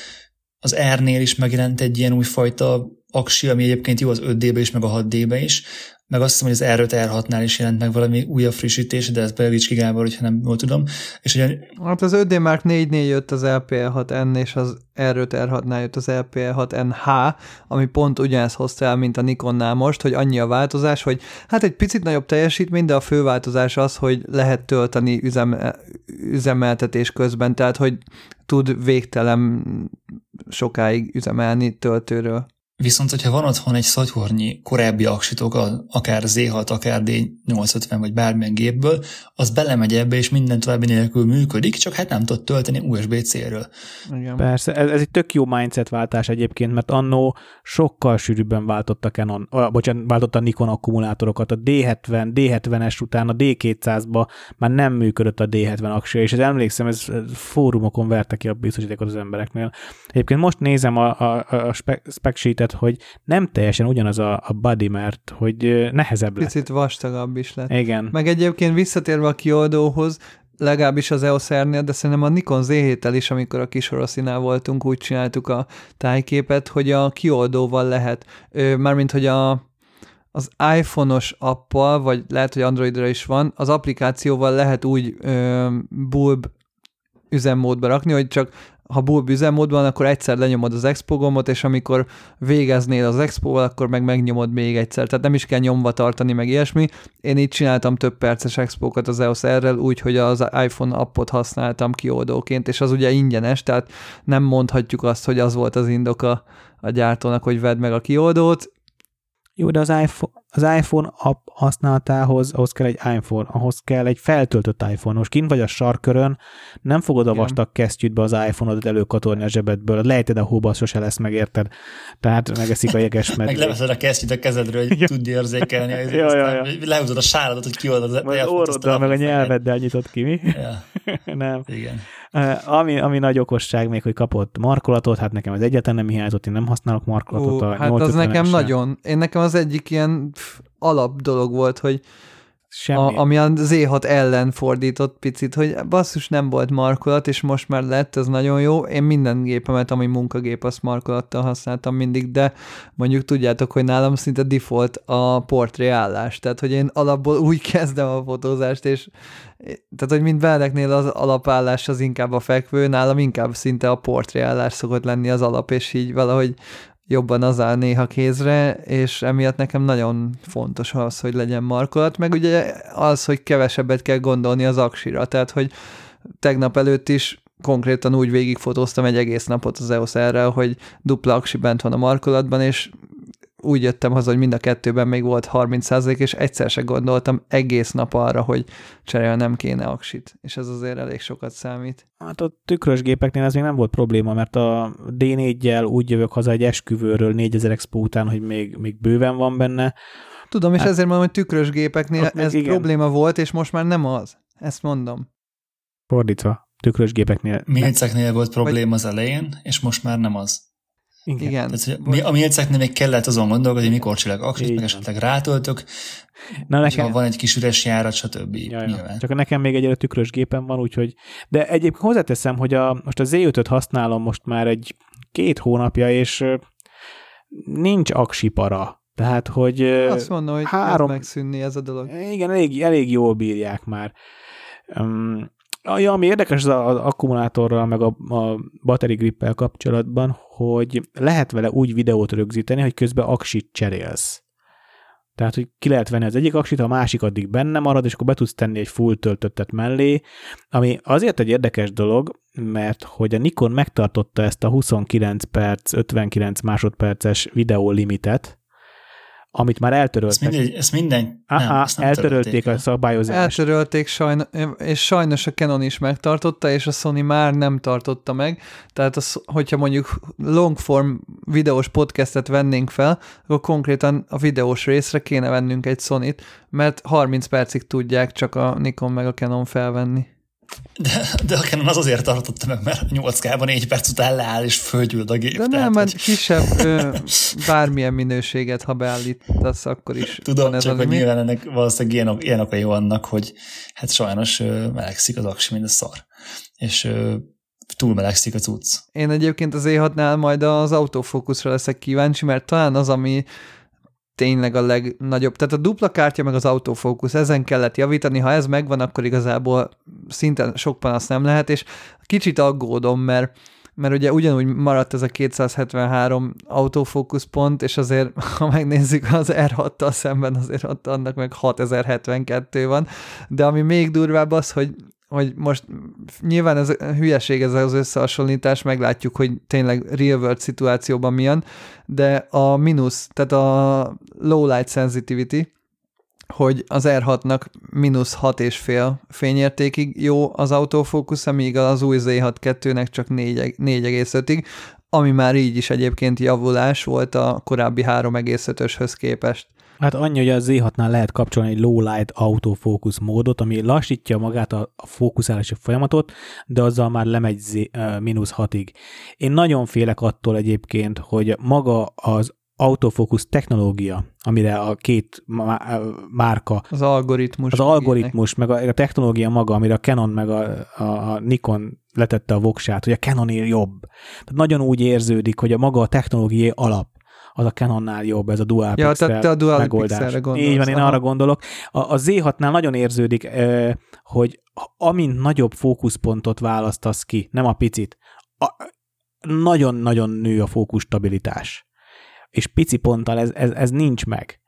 az R-nél is megjelent egy ilyen újfajta aksi, ami egyébként jó az 5D-be is, meg a 6D-be is, meg azt hiszem, hogy az R5, R6-nál is jelent meg valami újabb frissítés, de ez bejavíts ki, Gábor, hogyha nem jól tudom. És ugye... Hát az 5D Mark 4-nél jött az LPL6N, és az R5, R6-nál jött az LPL6NH, ami pont ugyanezt hozta el, mint a Nikonnál most, hogy annyi a változás, hogy hát egy picit nagyobb teljesítmény, de a fő változás az, hogy lehet tölteni üzemeltetés közben, tehát hogy tud végtelen sokáig üzemelni töltőről. Viszont, hogyha van otthon egy szatyvornyi korábbi aksitok, akár Z6, akár D850, vagy bármilyen gépből, az belemegy ebbe, és minden további nélkül működik, csak hát nem tud tölteni USB-C-ről. Igen. Persze, ez egy tök jó mindset váltás egyébként, mert annó sokkal sűrűbben váltott a Nikon akkumulátorokat. A D70-es után a D200-ba már nem működött a D70 aksi, és emlékszem, ez fórumokon verte ki a biztosítékot az embereknél. Egyébként most nézem a spec sheetet, hogy nem teljesen ugyanaz a body, mert hogy nehezebb lett. Picit vastagabb is lett. Igen. Meg egyébként visszatérve a kioldóhoz, legalábbis az EOS R-nél, de szerintem a Nikon Z7-tel is, amikor a Kisoroszinál voltunk, úgy csináltuk a tájképet, hogy a kioldóval lehet, mármint, hogy az iPhone-os appal, vagy lehet, hogy Androidra is van, az applikációval lehet úgy bulb üzemmódba rakni, hogy csak ha bulb üzemmódban, akkor egyszer lenyomod az expo gombot, és amikor végeznél az expóval, akkor meg megnyomod még egyszer. Tehát nem is kell nyomva tartani, meg ilyesmi. Én így csináltam több perces expókat az EOS R-rel, úgyhogy az iPhone appot használtam kioldóként, és az ugye ingyenes, tehát nem mondhatjuk azt, hogy az volt az indoka a gyártónak, hogy vedd meg a kioldót. Jó, de az iPhone app használatához ahhoz kell egy iPhone, ahhoz kell egy feltöltött iPhone. Most kint vagy a sarkörön, nem fogod a vastag kesztyűtbe az iPhone-odat előkatolni a zsebedből, lejted a hóba, az sose lesz, megérted. Tehát megeszik a jegesmedvék. Meg leveszed a kesztyűt a kezedről, hogy tudj érzékelni. Lehúzod a sáradat, hogy kioldod az orroddal, meg a nyelveddel nyitott ki, mi? Ja. Nem. Igen. Ami nagy okosság még, hogy kapott markolatot, hát nekem az egyáltalán nem hiányzott, én nem használok markolatot. Hát az nekem nagyon. Nekem az egyik ilyen alap dolog volt, hogy ami a Z6 ellen fordított picit, hogy basszus, nem volt markolat, és most már lett, ez nagyon jó. Én minden gépemet, ami munkagép, azt markolattal használtam mindig, de mondjuk tudjátok, hogy nálam szinte default a portré állás, tehát hogy én alapból úgy kezdem a fotózást, és tehát, hogy mint Benedeknél az alapállás az inkább a fekvő, nálam inkább szinte a portré állás szokott lenni az alap, és így valahogy jobban az áll néha kézre, és emiatt nekem nagyon fontos az, hogy legyen markolat, meg ugye az, hogy kevesebbet kell gondolni az aksira, tehát, hogy tegnap előtt is konkrétan úgy végigfotóztam egy egész napot az EOS R-rel, hogy dupla aksi bent van a markolatban, és úgy jöttem haza, hogy mind a kettőben még volt 30%, és egyszer se gondoltam egész nap arra, hogy cserélnem kéne aksit, és ez azért elég sokat számít. Hát a tükrös gépeknél ez még nem volt probléma, mert a D4-jel úgy jövök haza egy esküvőről 4000 Expo után, hogy még bőven van benne. Tudom, és ezért mondom, hogy tükrös gépeknél ez igen. Probléma volt, és most már nem az. Ezt mondom. Fordítva, tükrös gépeknél. Miniceknél volt probléma az elején, és most már nem az. Igen. Tehát, a mérceknél még kellett azon gondolkodni, hogy mikor csinálok aksit, meg esetleg rátöltök, ha van egy kis üres járat, stb. Ja. Csak nekem még egy tükrös gépen van, úgyhogy... De egyébként hozzáteszem, hogy most a Z5-öt használom most már 2 hónapja, és nincs aksipara. Tehát, hogy... Azt mondom, hogy 3... megszűnni ez a dolog. Igen, elég jól bírják már. Ami érdekes az akkumulátorral, meg a battery grippel kapcsolatban, hogy lehet vele úgy videót rögzíteni, hogy közben aksit cserélsz. Tehát, hogy ki lehet venni az egyik aksit, a másik addig benne marad, és akkor be tudsz tenni egy full töltöttet mellé, ami azért egy érdekes dolog, mert hogy a Nikon megtartotta ezt a 29 perc, 59 másodperces videó limitet, amit már eltöröltek. Ezt minden... eltörölték a szabályozást. Eltörölték, és sajnos a Canon is megtartotta, és a Sony már nem tartotta meg. Tehát hogyha mondjuk longform videós podcastet vennénk fel, akkor konkrétan a videós részre kéne vennünk egy Sony-t, mert 30 percig tudják csak a Nikon meg a Canon felvenni. De a Canon az azért tartotta meg, mert 8K-ban 4 perc után leáll, és fölgyűlt a gép. De nem, mert kisebb bármilyen minőséget, ha beállítasz, akkor is. Tudom, csak hogy nyilván ennek valószínűleg ilyen okai vannak, hogy hát sajnos melegszik az aksi, mint a szar. És túl melegszik a cucc. Én egyébként az E6-nál majd az autofókuszra leszek kíváncsi, mert talán az, ami tényleg a legnagyobb. Tehát a dupla kártya meg az autofókusz, ezen kellett javítani, ha ez megvan, akkor igazából szinte sok panasz nem lehet, és kicsit aggódom, mert ugye ugyanúgy maradt ez a 273 autofókusz pont, és azért, ha megnézzük az R6-tal szemben, azért ott annak meg 6072 van, de ami még durvább az, hogy most nyilván ez hülyeség ez az összehasonlítás, meglátjuk, hogy tényleg real world szituációban milyen, de a mínusz, tehát a low light sensitivity, hogy az R6-nak -6,5 fényértékig jó az autofókusz, amíg az új Z6 2-nek csak 4,5-ig, ami már így is egyébként javulás volt a korábbi 3,5-öshöz képest. Hát annyi, hogy a Z6-nál lehet kapcsolni egy low light autofókusz módot, ami lassítja magát a fókuszálási folyamatot, de azzal már lemegy -6-ig. Én nagyon félek attól egyébként, hogy maga az autofókusz technológia, amire a két márka... Az algoritmus. Meg a technológia maga, amire a Canon meg a Nikon letette a voksát, hogy a Canonél jobb. Tehát nagyon úgy érződik, hogy a maga a technológiai alap az a Canonnál jobb, ez a dual pixel te a dual megoldás. Pixelre gondolsz. Így van, én arra gondolok. A Z6-nál nagyon érződik, hogy amint nagyobb fókuszpontot választasz ki, nem a picit, nagyon-nagyon nő a fókusz stabilitás. És pici ponttal ez nincs meg.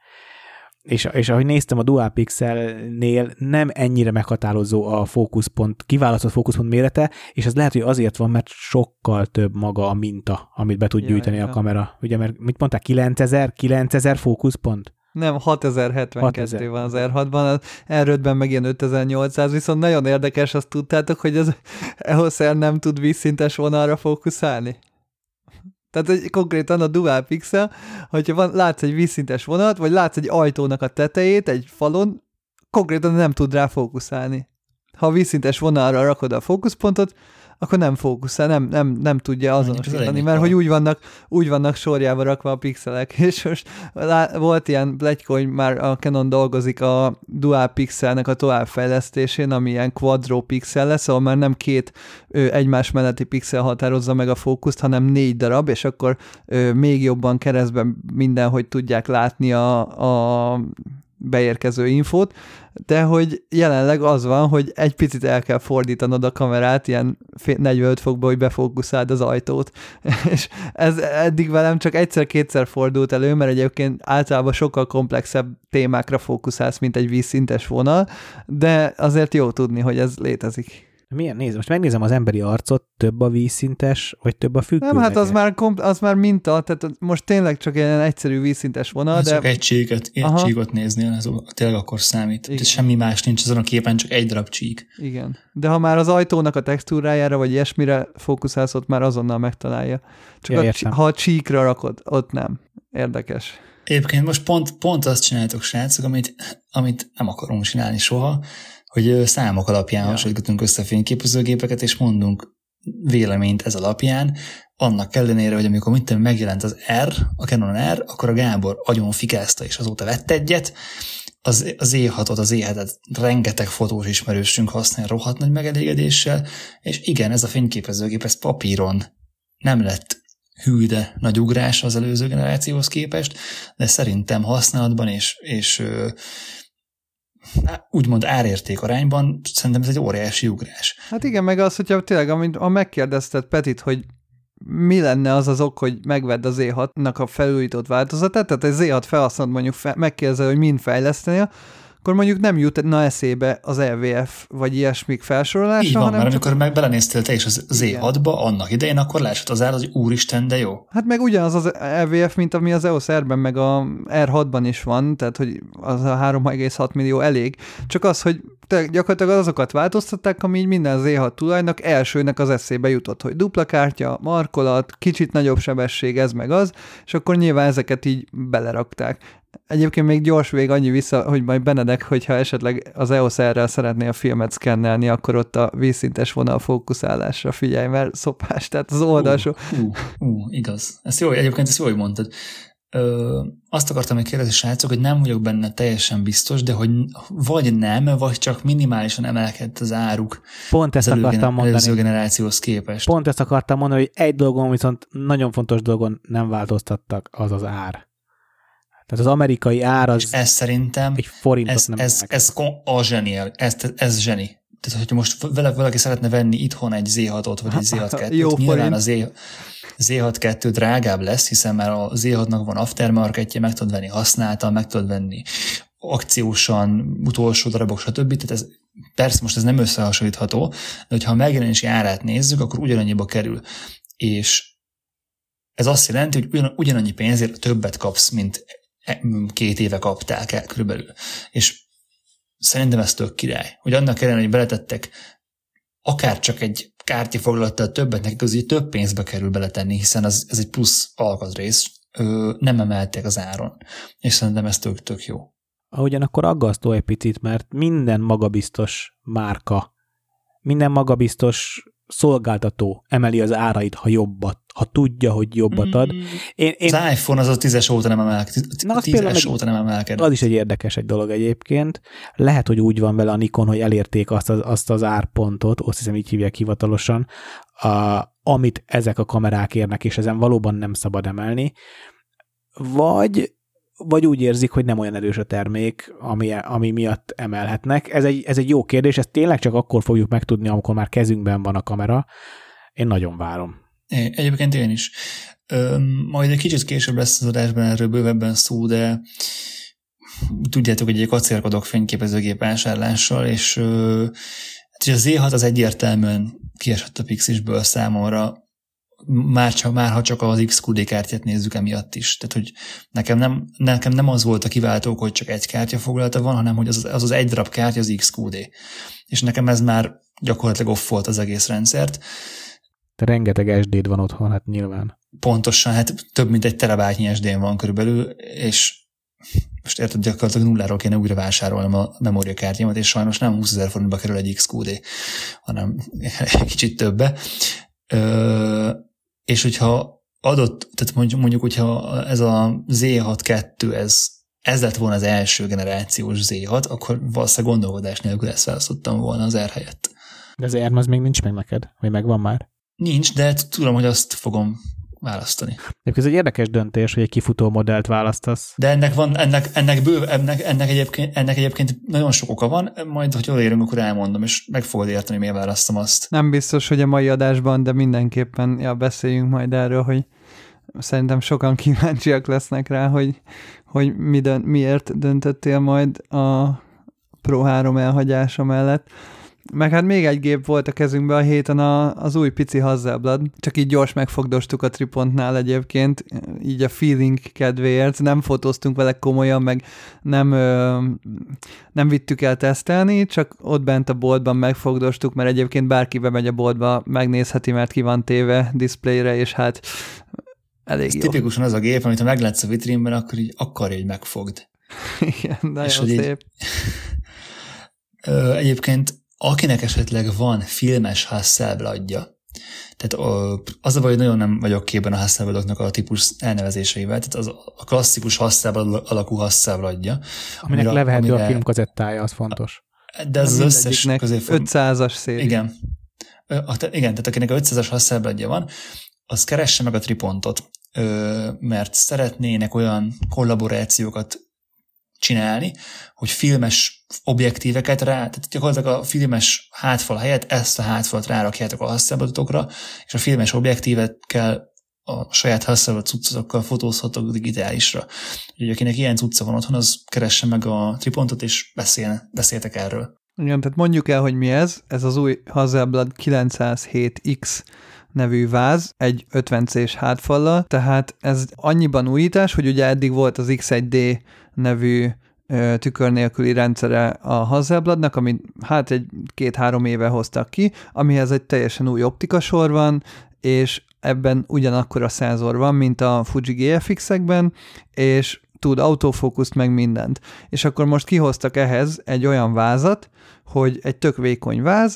És ahogy néztem, a Dual Pixelnél nem ennyire meghatározó a fókuszpont, kiválasztott fókuszpont mérete, és ez lehet, hogy azért van, mert sokkal több maga a minta, amit be tud gyűjteni a kamera. Ugye, mert mit mondták, 9000 fókuszpont? Nem, 6072 van az R6-ban, az R5-ben meg ilyen 5800, viszont nagyon érdekes, azt tudtátok, hogy az EOS R nem tud vízszintes vonalra fókuszálni? Tehát hogy konkrétan a Dual Pixel, hogyha látsz egy vízszintes vonalat, vagy látsz egy ajtónak a tetejét egy falon, konkrétan nem tud rá fókuszálni. Ha a vízszintes vonalra rakod a fókuszpontot, akkor nem fókuszál, nem tudja azonosítani, mert hogy úgy vannak sorjába rakva a pixelek, és most volt ilyen pletyka, hogy már a Canon dolgozik a Dual Pixelnek a továbbfejlesztésén, ami ilyen quadro pixel lesz, szóval már nem 2 egymás melletti pixel határozza meg a fókuszt, hanem 4 darab, és akkor még jobban keresztben mindenhogy tudják látni a beérkező infót, de hogy jelenleg az van, hogy egy picit el kell fordítanod a kamerát, ilyen 45 fokba, hogy befókuszáld az ajtót. És ez eddig velem csak egyszer-kétszer fordult elő, mert egyébként általában sokkal komplexebb témákra fókuszálsz, mint egy vízszintes vonal, de azért jó tudni, hogy ez létezik. Milyen nézd, most megnézem az emberi arcot, több a vízszintes, vagy több a függő? Nem, hát az már minta, tehát most tényleg csak egy egyszerű vízszintes vonal, de... Csak egy csíkot néznél, ez tényleg akkor számít. Tehát semmi más nincs azon a képen, csak egy darab csík. Igen, de ha már az ajtónak a textúrájára, vagy ilyesmire fókuszálsz, ott már azonnal megtalálja. Csak ha a csíkra rakod, ott nem. Érdekes. Egyébként most pont azt csináltok, srácok, amit nem akarunk csinálni soha, hogy számok alapján hasonlítunk össze fényképezőgépeket, és mondunk véleményt ez alapján, annak ellenére, hogy amikor megjelent az R, a Canon R, akkor a Gábor agyon fikázta, és azóta vett egyet, az E6-ot, az E7-et rengeteg fotós ismerősünk használ rohadt nagy megelégedéssel, és igen, ez a fényképezőgép, ez papíron nem lett hű, de nagy ugrás az előző generációhoz képest, de szerintem használatban és úgymond árérték arányban szerintem ez egy óriási ugrás. Hát igen, meg az, hogyha tényleg, amit megkérdezted Petit, hogy mi lenne az ok, hogy megvedd az E6-nak a felújított változatát, tehát az E6 felhasználod mondjuk megkérdezel, hogy mind fejleszteni, akkor mondjuk nem jutna eszébe az EVF vagy ilyesmik felsorolása. Így van, hanem mert csak... amikor belenéztél te is az E6-ba annak idején, akkor lássad az áll, hogy úristen, de jó. Hát meg ugyanaz az EVF, mint ami az EOS R-ben, meg a R6-ban is van, tehát hogy az a 3,6 millió elég. Csak az, hogy gyakorlatilag azokat változtatták, ami így minden az E6 tulajnak elsőnek az eszébe jutott, hogy dupla kártya, markolat, kicsit nagyobb sebesség, ez meg az, és akkor nyilván ezeket így belerakták. Egyébként még gyors vég annyi vissza, hogy majd Benedek, hogyha esetleg az EOS R-rel szeretné a filmet szkennelni, akkor ott a vízszintes vonal fókuszálásra figyelj, mert szopás, tehát az oldalsó. Igaz. Ezt jó, egyébként ezt jó, hogy mondtad. Azt akartam még kérdezni, srácok, hogy nem vagyok benne teljesen biztos, de hogy vagy nem, vagy csak minimálisan emelkedett az áruk. Pont ezt akartam mondani. Előző generációhoz képest. Pont ezt akartam mondani, hogy egy dolgon, viszont nagyon fontos dolgon nem változtattak, az az ár. Tehát az amerikai ár az... És ez szerintem... Egy forintot nem ez a zseniál. Ez zseni. Tehát, hogyha most valaki szeretne venni itthon egy Z6-ot, vagy egy Z6-2-t, nyilván az Z6-2 drágább lesz, hiszen már a Z6-nak van aftermarketje, meg tudod venni használtan, meg tudod venni akciósan, utolsó darabok, stb. Tehát ez, persze most ez nem összehasonlítható, de hogyha a megjelenési árát nézzük, akkor ugyanannyiba kerül. És ez azt jelenti, hogy ugyanannyi pénzért többet kapsz, mint 2 éve kaptál körülbelül. És szerintem ez tök király, hogy annak ellenére, hogy beletettek akár csak egy kártyafoglalattal többet, nekik az így több pénzbe kerül beletenni, hiszen ez egy plusz alkatrész, nem emelték az áron. És szerintem ez tök jó. Ugyanakkor aggasztó egy picit, mert minden magabiztos márka, minden magabiztos szolgáltató emeli az árait, ha tudja, hogy jobbat ad. Az iPhone az a 10-es óta nem emelkedett. Az is egy érdekes egy dolog egyébként. Lehet, hogy úgy van vele a Nikon, hogy elérték azt az árpontot, azt hiszem így hívják hivatalosan, amit ezek a kamerák érnek, és ezen valóban nem szabad emelni. Vagy úgy érzik, hogy nem olyan erős a termék, ami miatt emelhetnek. Ez egy jó kérdés, ezt tényleg csak akkor fogjuk megtudni, amikor már kezünkben van a kamera. Én nagyon várom. Egyébként én is. Majd egy kicsit később lesz az adásban erről bővebben szó, de tudjátok, hogy egy kacérkodok fényképezőgép vásárlással, és a Z6 az egyértelműen kiesett a Pixisből számomra, már ha csak az XQD kártyát nézzük emiatt is. Tehát, hogy nekem nem az volt a kiváltó, hogy csak egy kártya foglalata van, hanem hogy az egy darab kártya az XQD. És nekem ez már gyakorlatilag off volt az egész rendszert. De rengeteg SD-d van otthon, hát nyilván. Pontosan, hát több mint 1 terabájtnyi SD-n van körülbelül, és most érted, gyakorlatilag nulláról kéne újra vásárolnom a memóriakártyámat, és sajnos nem 20 000 forintba kerül egy XQD, hanem egy kicsit többe. És hogyha tehát mondjuk, hogyha ez a Z6-2, ez lett volna az első generációs Z6, akkor valószínűleg gondolkodás nélkül ezt választottam volna az R helyett. De az R az még nincs meg neked? Vagy megvan már? Nincs, de tudom, hogy azt fogom választani. Ez egy érdekes döntés, hogy egy kifutó modellt választasz. De ennek egyébként nagyon sok oka van, majd, hogy odaérünk, akkor elmondom, és meg fogod érteni, miért választom azt. Nem biztos, hogy a mai adásban, de mindenképpen beszéljünk majd erről, hogy szerintem sokan kíváncsiak lesznek rá, hogy miért döntöttél majd a Pro 3 elhagyása mellett. Meg hát még egy gép volt a kezünkben a héten, az új pici Hasselblad. Csak így gyors megfogdostuk a Tripontnál egyébként, így a feeling kedvéért. Nem fotóztunk vele komolyan, meg nem vittük el tesztelni, csak ott bent a boltban megfogdostuk, mert egyébként bárki bemegy a boltba, megnézheti, mert ki van téve diszpléjre, és hát elég ez jó. Tipikusan az a gép, amit ha meglátsz a vitrínben, akkor így akarja, hogy megfogd. Igen, nagyon szép. Egyébként akinek esetleg van filmes Hasselbladja, Tehát az a baj, hogy nagyon nem vagyok képben a Hasselbladoknak a típus elnevezéseivel, tehát az a klasszikus Hasselblad alakú Hasselbladja. Aminek levehető a filmkazettája, az fontos. De az összes 500-as széria. Igen. Igen, tehát akinek a 500-as Hasselbladja van, az keresse meg a Tripontot, mert szeretnének olyan kollaborációkat csinálni, hogy filmes objektíveket rá, tehát gyakorlatilag a filmes hátfal helyett ezt a hátfalat rárakjátok a Hasselbladotokra, és a filmes objektívet a saját Hasselblad cuccotokkal fotózhatok digitálisra. Úgyhogy akinek ilyen cucca van otthon, az keresse meg a Tripontot, és beszéltek erről. Igen, tehát mondjuk el, hogy mi ez. Ez az új Hasselblad 907X nevű váz, egy 50C-s hátfallal, tehát ez annyiban újítás, hogy ugye eddig volt az X1D nevű tükör nélküli rendszere a Hasselbladnak, amit hát egy 2-3 éve hoztak ki, amihez egy teljesen új optikasor van, és ebben ugyanakkor a szenzor van, mint a Fuji GFX-ekben, és tud autofókuszt meg mindent. És akkor most kihoztak ehhez egy olyan vázat, hogy egy tök vékony váz,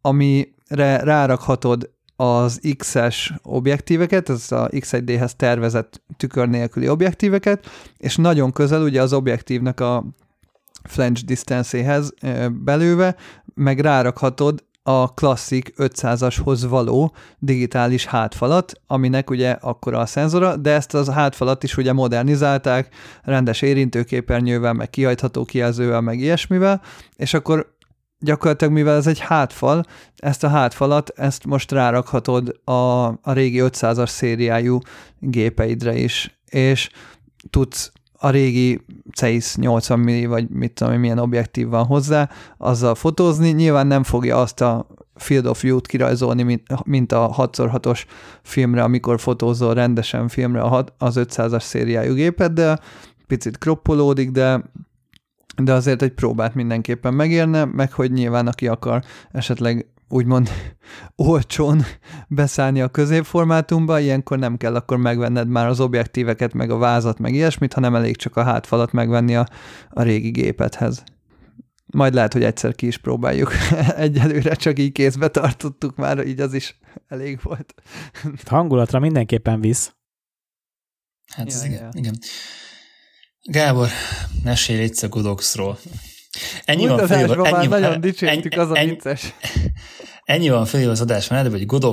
amire rárakhatod az X-es objektíveket, ez a X1D-hez tervezett tükör nélküli objektíveket, és nagyon közel ugye az objektívnek a flange distance-éhez belőve, meg rárakhatod a klasszik 500-ashoz való digitális hátfalat, aminek ugye akkora a szenzora, de ezt az hátfalat is ugye modernizálták, rendes érintőképernyővel, meg kihajtható kijelzővel, meg ilyesmivel, és akkor gyakorlatilag, mivel ez egy hátfal, ezt a hátfalat, ezt most rárakhatod a régi 500-as szériájú gépeidre is, és tudsz a régi Zeiss 80 mm, vagy mit tudom, milyen objektív van hozzá, azzal fotózni. Nyilván nem fogja azt a field of view-t kirajzolni, mint a 6x6-os filmre, amikor fotózol rendesen filmre az 500-as szériájú gépet, de picit kroppolódik, de azért egy próbát mindenképpen megérne, meg hogy nyilván aki akar esetleg úgymond olcsón beszállni a középformátumba, ilyenkor nem kell akkor megvenned már az objektíveket, meg a vázat, meg ilyesmit, hanem elég csak a hátfalat megvenni a régi gépedhez. Majd lehet, hogy egyszer ki is próbáljuk. Egyelőre csak így kézbe tartottuk már, így az is elég volt. Hangulatra mindenképpen visz. Hát ja, igen. Gábor, mesélj légy a Godoxról. Ennyi van felírva, nagyon dicsértük, az a vicces. Ennyi van felírva az adásban, hogy Godox ...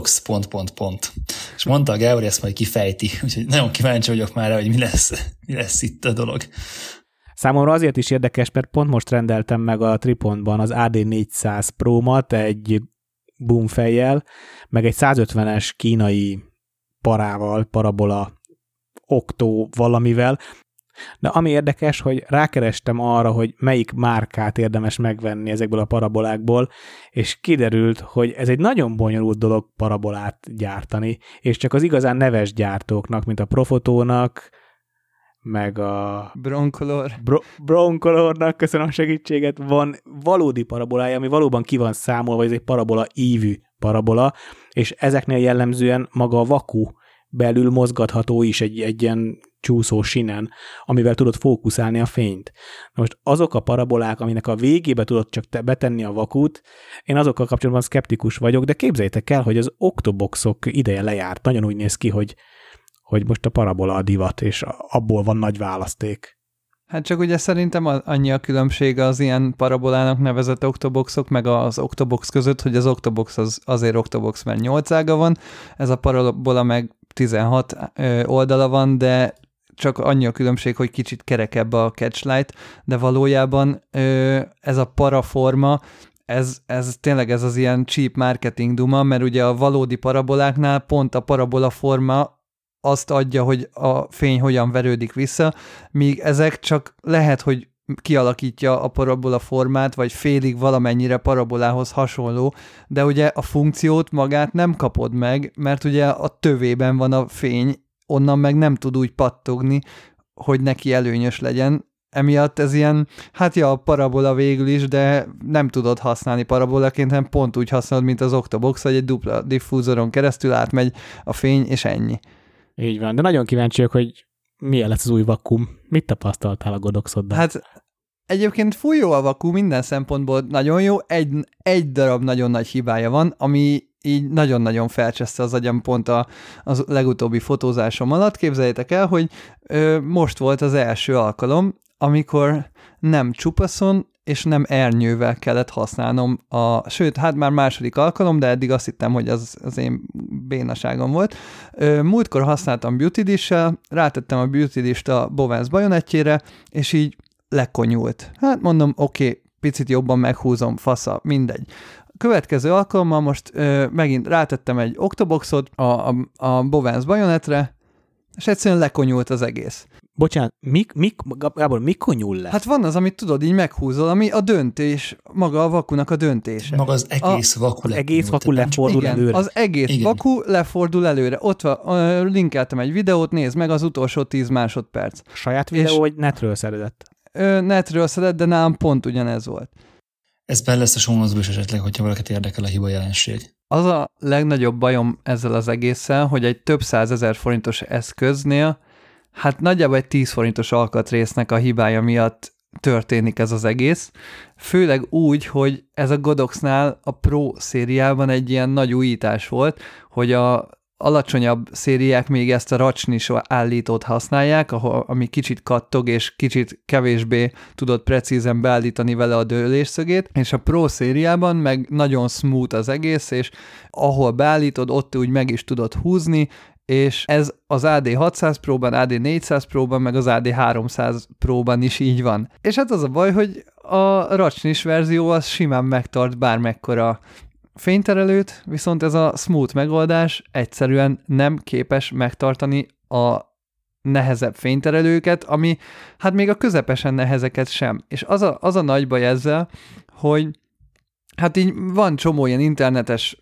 És mondta a Gábor, hogy ezt majd kifejti, úgyhogy nagyon kíváncsi vagyok már rá, hogy mi lesz itt a dolog. Számomra azért is érdekes, mert pont most rendeltem meg a Tripontban az AD400 Pro-mat egy boomfejjel, meg egy 150-es kínai parabola Octo valamivel. De ami érdekes, hogy rákerestem arra, hogy melyik márkát érdemes megvenni ezekből a parabolákból, és kiderült, hogy ez egy nagyon bonyolult dolog parabolát gyártani, és csak az igazán neves gyártóknak, mint a Profotónak, meg a Broncolornak, köszönöm a segítséget, van valódi parabolája, ami valóban ki van számolva, ez egy parabola ívű parabola, és ezeknél jellemzően maga a vaku belül mozgatható is egy ilyen csúszó sinen, amivel tudod fókuszálni a fényt. Most azok a parabolák, aminek a végébe tudod csak betenni a vakút, én azokkal kapcsolatban szkeptikus vagyok, de képzeljétek el, hogy az Octoboxok ideje lejárt. Nagyon úgy néz ki, hogy most a parabola a divat, és abból van nagy választék. Hát csak ugye szerintem annyi a különbség az ilyen parabolának nevezett Octoboxok, meg az Octobox között, hogy az Octobox azért Octobox, mert 8 ága van, ez a parabola meg 16 oldala van, de csak annyi a különbség, hogy kicsit kerekebb a catchlight, de valójában ez a paraforma, ez tényleg ez az ilyen cheap marketing duma, mert ugye a valódi paraboláknál pont a parabola forma azt adja, hogy a fény hogyan verődik vissza, míg ezek csak lehet, hogy kialakítja a parabola formát, vagy félig valamennyire parabolához hasonló, de ugye a funkciót magát nem kapod meg, mert ugye a tövében van a fény, onnan meg nem tud úgy pattogni, hogy neki előnyös legyen. Emiatt ez ilyen, hát ja, a parabola végül is, de nem tudod használni parabolaként, hanem pont úgy használod, mint az Octobox, hogy egy dupla diffúzoron keresztül átmegy a fény, és ennyi. Így van, de nagyon kíváncsiak, hogy milyen lesz az új vakuum. Mit tapasztaltál a Godoxoddal? Hát egyébként fúj jó a vakuum, minden szempontból nagyon jó. Egy darab nagyon nagy hibája van, ami így nagyon-nagyon felcseszte az agyam pont az legutóbbi fotózásom alatt. Képzeljétek el, hogy most volt az első alkalom, amikor nem csupaszon és nem ernyővel kellett használnom sőt, hát már második alkalom, de eddig azt hittem, hogy az én bénaságom volt. Múltkor használtam Beauty Dish-sel, rátettem a Beauty Dish-t a Bowens bajonettjére, és így lekonyult. Hát mondom, oké, picit jobban meghúzom, fasza, mindegy. Következő alkalommal most megint rátettem egy Octoboxot a Bowens bajonettre, és egyszerűen lekonyult az egész. Bocsánat, Gábor, mi konyul le? Hát van az, amit tudod, így meghúzol, ami a döntés, maga a vakunak a döntése. Maga az egész vaku az egész vaku lefordul igen, előre. Az egész vaku lefordul előre. Ott van, linkeltem egy videót, nézd meg, az utolsó 10 másodperc. Saját videó, vagy netről szedett? Netről szedett, de nálam pont ugyanez volt. Ez benne lesz a show notes-ban is esetleg, hogyha valakit érdekel a hiba jelenség. Az a legnagyobb bajom ezzel az egésszel, hogy egy több 100 000 forintos eszköznél hát nagyjából egy 10 forintos alkatrésznek a hibája miatt történik ez az egész. Főleg úgy, hogy ez a Godoxnál a Pro szériában egy ilyen nagy újítás volt, hogy a alacsonyabb szériák még ezt a racsnis állítót használják, ami kicsit kattog, és kicsit kevésbé tudod precízen beállítani vele a dőlésszögét, és a Pro szériában meg nagyon smooth az egész, és ahol beállítod, ott úgy meg is tudod húzni, és ez az AD600 Pro-ban, AD400 Pro-ban, meg az AD300 Pro-ban is így van. És hát az a baj, hogy a racsnis verzió az simán megtart bármekkora fényterelőt, viszont ez a smooth megoldás egyszerűen nem képes megtartani a nehezebb fényterelőket, ami hát még a közepesen nehezeket sem. És az a nagy baj ezzel, hogy hát így van csomó ilyen internetes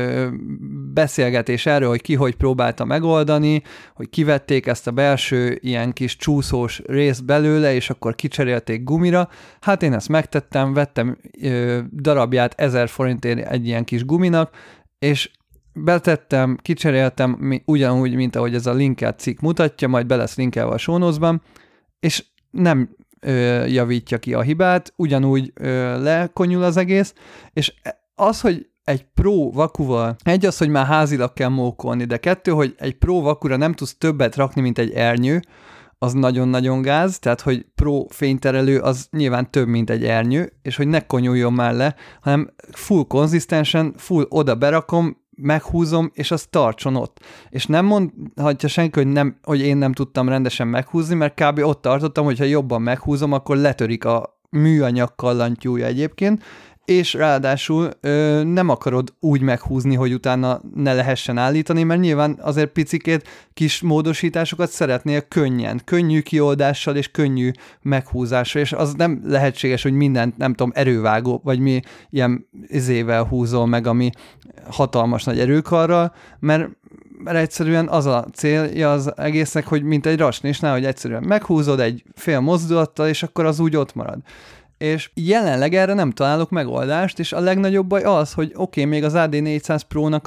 beszélgetés erről, hogy ki hogy próbálta megoldani, hogy kivették ezt a belső ilyen kis csúszós részt belőle, és akkor kicserélték gumira. Hát én ezt megtettem, vettem darabját 1000 forintért egy ilyen kis guminak, és betettem, kicseréltem ugyanúgy, mint ahogy ez a linkelt cikk mutatja, majd be lesz linkelve a show notes-ban, és nem javítja ki a hibát, ugyanúgy lekonyul az egész, és az, hogy egy Pro vakuval, egy az, hogy már házilag kell mókolni, de kettő, hogy egy Pro vakura nem tudsz többet rakni, mint egy ernyő, az nagyon-nagyon gáz, tehát, hogy Pro fényterelő az nyilván több, mint egy ernyő, és hogy ne konyuljon már le, hanem full konzisztensen, full oda berakom, meghúzom, és az tartson ott. És nem mondhatja senki, hogy én nem tudtam rendesen meghúzni, mert kb. Ott tartottam, hogyha jobban meghúzom, akkor letörik a műanyag kallantyúja egyébként, és ráadásul nem akarod úgy meghúzni, hogy utána ne lehessen állítani, mert nyilván azért picikét kis módosításokat szeretnél könnyű kioldással és könnyű meghúzással, és az nem lehetséges, hogy mindent, nem tudom, erővágó, vagy mi ilyen izével húzol meg, ami hatalmas nagy erőkarral, mert egyszerűen az a célja az egésznek, hogy mint egy racsnisnál, hogy egyszerűen meghúzod egy fél mozdulattal, és akkor az úgy ott marad. És jelenleg erre nem találok megoldást, és a legnagyobb baj az, hogy oké, még az AD400 Pro-nak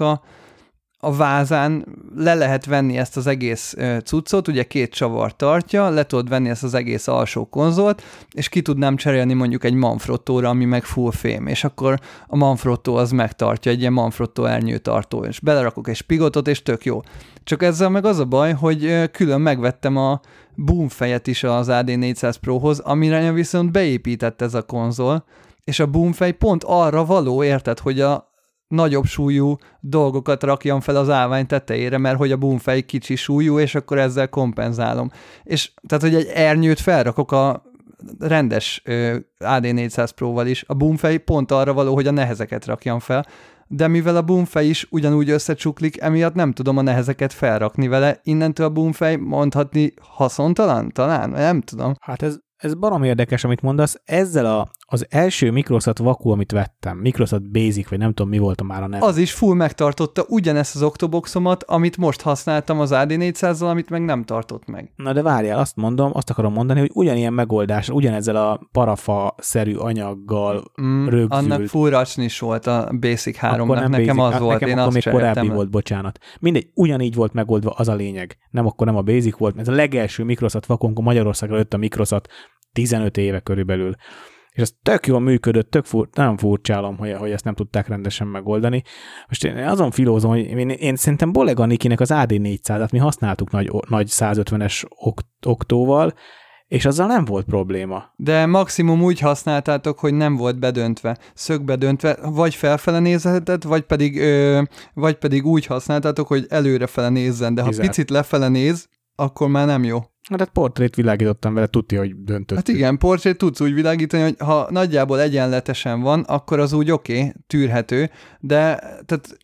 a vázán le lehet venni ezt az egész cuccot, ugye 2 csavar tartja, le tudod venni ezt az egész alsó konzolt, és ki tudnám cserélni mondjuk egy Manfrottóra, ami meg full fém, és akkor a Manfrotto az megtartja, egy ilyen Manfrotto ernyőtartó, és belerakok egy spigotot, és tök jó. Csak ezzel meg az a baj, hogy külön megvettem a boom fejet is az AD400 Prohoz, amire viszont beépített ez a konzol, és a boom fej pont arra való, érted, hogy a nagyobb súlyú dolgokat rakjam fel az állvány tetejére, mert hogy a boomfej kicsi súlyú, és akkor ezzel kompenzálom. És tehát, hogy egy ernyőt felrakok a rendes AD400 Pro-val is, a boomfej pont arra való, hogy a nehezeket rakjam fel, de mivel a boomfej is ugyanúgy összecsuklik, emiatt nem tudom a nehezeket felrakni vele. Innentől a boomfej mondhatni haszontalan? Talán? Nem tudom. Hát ez barom érdekes, amit mondasz. Ezzel az első Microsoft vaku, amit vettem, Microsoft Basic, vagy nem tudom, mi volt már a neve. Az is full megtartotta ugyanezt az Octoboxomat, amit most használtam az AD400-zal, amit meg nem tartott meg. Na de várjál, azt akarom mondani, hogy ugyanilyen megoldás, ugyanezzel a parafa-szerű anyaggal rögzült. Annak full racsnis volt a Basic 3-nak, nekem az volt, nekem én akkor azt még korábbi cseréltem. volt, bocsánat. Mindegy, ugyanígy volt megoldva, az a lényeg. Nem a Basic volt, ez a legelső Microsoft vakunk, Magyarországra jött a Microsoft 15 éve körülbelül. És ez tök jól működött, nagyon furcsálom, hogy ezt nem tudták rendesen megoldani. Most én azon filózom, hogy én szerintem Bolega Nikinek az AD400-at mi használtuk nagy 150-es októval, és azzal nem volt probléma. De maximum úgy használtátok, hogy nem volt bedöntve, szögbe döntve, vagy felfele nézhetett, vagy pedig úgy használtátok, hogy előrefele nézzen, de ha picit lefele néz, akkor már nem jó. Hát portrét világítottam vele, tudja, hogy döntött. Hát igen, portrét tudsz úgy világítani, hogy ha nagyjából egyenletesen van, akkor az úgy oké, tűrhető, de tehát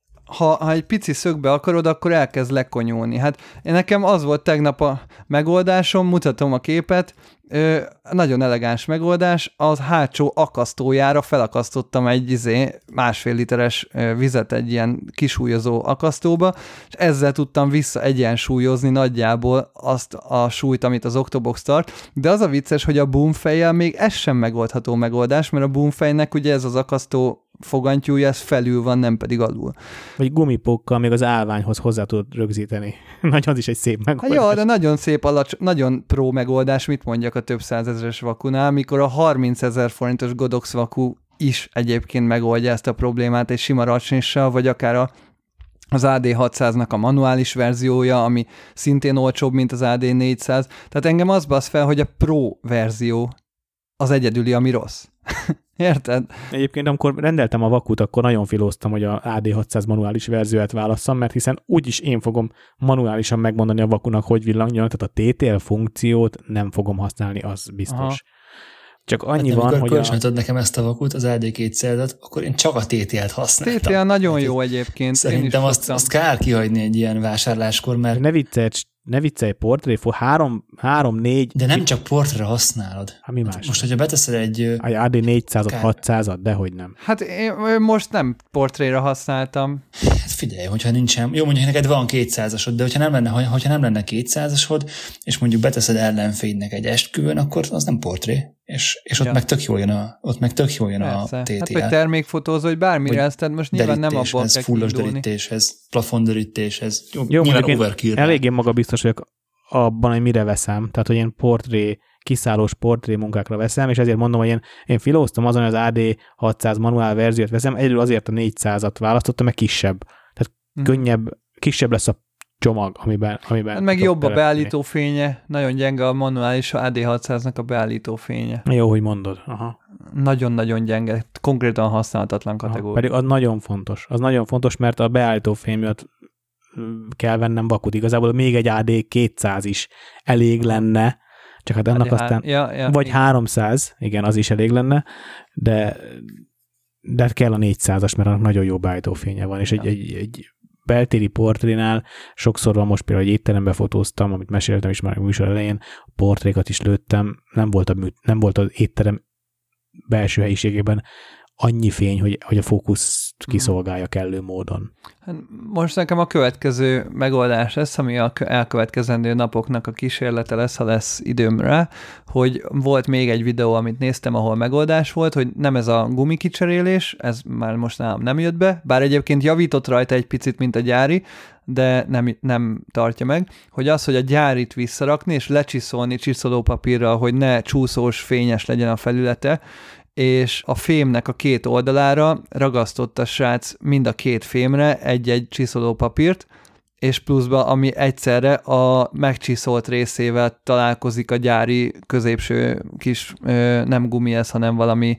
ha egy pici szögbe akarod, akkor elkezd lekonyulni. Hát nekem az volt tegnap a megoldásom, mutatom a képet, nagyon elegáns megoldás, az hátsó akasztójára felakasztottam egy 1,5 literes vizet egy ilyen kisúlyozó akasztóba, és ezzel tudtam visszaegyensúlyozni nagyjából azt a súlyt, amit az Octobox tart, de az a vicces, hogy a boomfejjel még ez sem megoldható megoldás, mert a boomfejnek ugye ez az akasztó fogantyúja, ez felül van, nem pedig alul. Vagy gumipókkal még az állványhoz hozzá tudod rögzíteni. Az is egy szép megoldás. Jó, de nagyon szép, nagyon pro megoldás, mit mondjak a több százezeres vakunál, mikor a 30 000 forintos Godox vaku is egyébként megoldja ezt a problémát egy sima racsnissal, vagy akár az AD600-nak a manuális verziója, ami szintén olcsóbb, mint az AD400. Tehát engem az basz fel, hogy a pro verzió az egyedüli, ami rossz. Érted? Egyébként, amikor rendeltem a vakut, akkor nagyon filóztam, hogy a AD600 manuális verzióját válasszam, mert hiszen úgyis én fogom manuálisan megmondani a vakunak, hogy villangjon, tehát a TTL funkciót nem fogom használni, az biztos. Aha. Csak annyi hát van, hogy kölcsönöd nekem ezt a vakut, az AD200-at, akkor én csak a TTL-t használtam. TTL nagyon jó egyébként. Szerintem azt kár kihagyni egy ilyen vásárláskor, mert... Ne viccelj, portréfó, 3-4... De nem csak portra használod. Hát mi más? Most, hogyha beteszed egy... AD400-at, 600-at, dehogy nem. Hát én most nem portréra használtam. Hát figyelj, hogyha nincsen... Jó, mondjuk neked van 200-asod, de hogyha nem lenne 200-asod, és mondjuk beteszed ellenfénynek egy esküvőn, akkor az nem portré. És ott meg tök jól jön a TTL. Hát vagy termékfotózó, hogy bármire ezt, tehát most nyilván nem abból kell fullos derítéshez, plafonderítéshez. Jó, mondjuk én eléggé magabiztos vagyok abban, hogy mire veszem. Tehát, hogy én kiszállós portré munkákra veszem, és ezért mondom, hogy én filóztam azon, hogy az AD600 manuál verziót veszem, egyedül azért a 400-at választottam, mert kisebb. Tehát kisebb lesz a csomag, amiben hát meg jobb a beállítófénye, nagyon gyenge a manuális AD600-nak a beállítófénye. Jó, hogy mondod. Aha. Nagyon-nagyon gyenge, konkrétan használhatatlan kategória. Pedig az nagyon fontos. Az nagyon fontos, mert a beállítófény miatt kell vennem vakut. Igazából még egy AD200 is elég lenne, csak hát ennek aztán... vagy 300, igen, az is elég lenne, de kell a 400-as, mert annak nagyon jó beállítófénye van, és egy beltéri portrénál sokszor van, most például egy étterembe fotóztam, amit meséltem is már a műsor elején, a portrékat is lőttem, nem volt az étterem belső helyiségében annyi fény, hogy a fókusz kiszolgálja kellő módon. Most nekem a következő megoldás lesz, ami a elkövetkezendő napoknak a kísérlete lesz, ha lesz időmre, hogy volt még egy videó, amit néztem, ahol megoldás volt, hogy nem ez a gumikicserélés, ez már most nálam nem jött be, bár egyébként javított rajta egy picit, mint a gyári, de nem tartja meg, hogy az, hogy a gyárit visszarakni, és lecsiszolni csiszolópapírral, hogy ne csúszós, fényes legyen a felülete, és a fémnek a két oldalára ragasztott a srác mind a két fémre egy-egy csiszolópapírt, és pluszba, ami egyszerre a megcsiszolt részével találkozik a gyári középső kis, nem gumi ez, hanem valami,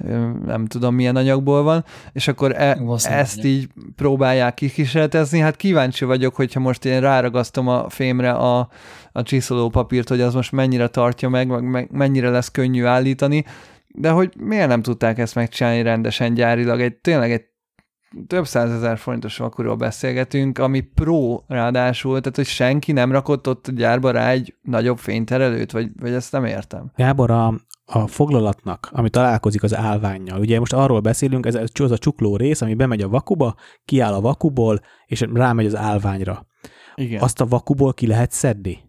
nem tudom milyen anyagból van, és akkor ezt így próbálják kikísérletezni. Hát kíváncsi vagyok, hogyha most én ráragasztom a fémre a csiszolópapírt, hogy az most mennyire tartja meg mennyire lesz könnyű állítani, de hogy miért nem tudták ezt megcsinálni rendesen gyárilag? Tényleg egy több 100 000 forintos vakuról beszélgetünk, ami pro ráadásul, tehát hogy senki nem rakott ott a gyárba rá egy nagyobb fényterelőt, vagy ezt nem értem. Gábor, a foglalatnak, ami találkozik az állvánnyal, ugye most arról beszélünk, ez az a csukló rész, ami bemegy a vakuba, kiáll a vakuból, és rámegy az állványra. Igen. Azt a vakuból ki lehet szedni?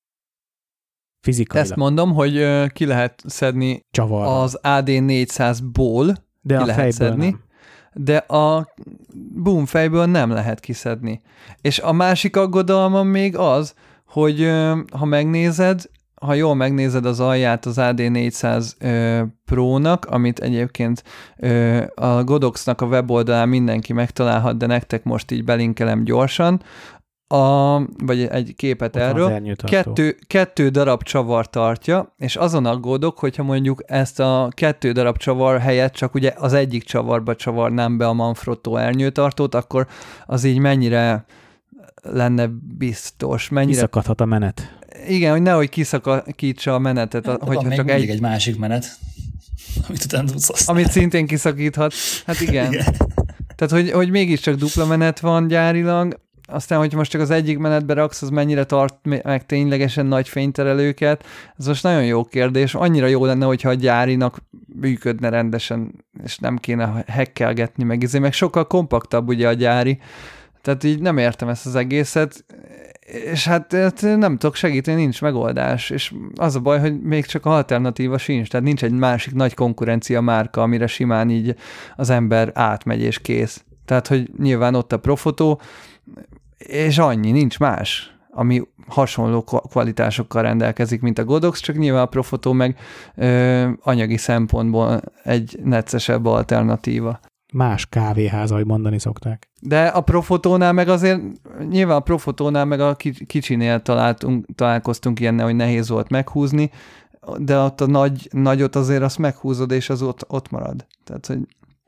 Fizikailag. Ezt mondom, hogy ki lehet szedni csavarral. Az AD400-ból, de ki a lehet szedni, nem. De a boom fejből nem lehet kiszedni. És a másik aggodalmam még az, hogy ha megnézed, ha jól megnézed az alját az AD400 Pro-nak, amit egyébként a Godoxnak a weboldalán mindenki megtalálhat, de nektek most így belinkelem gyorsan, vagy egy képet ott erről, kettő darab csavar tartja, és azon aggódok, hogyha mondjuk ezt a 2 darab csavar helyett csak ugye az egyik csavarba csavarnám be a Manfrotto ernyőtartót, akkor az így mennyire lenne biztos. Kiszakadhat a menet. Igen, hogy nehogy kiszakítsa a menetet. Hogyha csak egy másik menet, amit utána tudsz használni. Amit szintén kiszakíthat. Hát igen. Tehát, hogy mégiscsak dupla menet van gyárilag, aztán, hogy most csak az egyik menetbe raksz, az mennyire tart meg ténylegesen nagy fényterelőket, ez most nagyon jó kérdés. Annyira jó lenne, hogyha a gyárinak működne rendesen, és nem kéne hackelgetni meg sokkal kompaktabb ugye a gyári. Tehát így nem értem ezt az egészet, és hát nem tudok segíteni, nincs megoldás, és az a baj, hogy még csak alternatíva sincs, tehát nincs egy másik nagy konkurencia márka, amire simán így az ember átmegy és kész. Tehát, hogy nyilván ott a Profoto, és annyi, nincs más, ami hasonló kvalitásokkal rendelkezik, mint a Godox, csak nyilván a Profoto meg anyagi szempontból egy neccesebb alternatíva. Más kávéház, ahogy mondani szokták. De a Profotónál meg azért, nyilván a Profotónál meg a kicsinél találkoztunk ilyennel, hogy nehéz volt meghúzni, de ott a nagyot azért azt meghúzod, és az ott marad. Tehát, hogy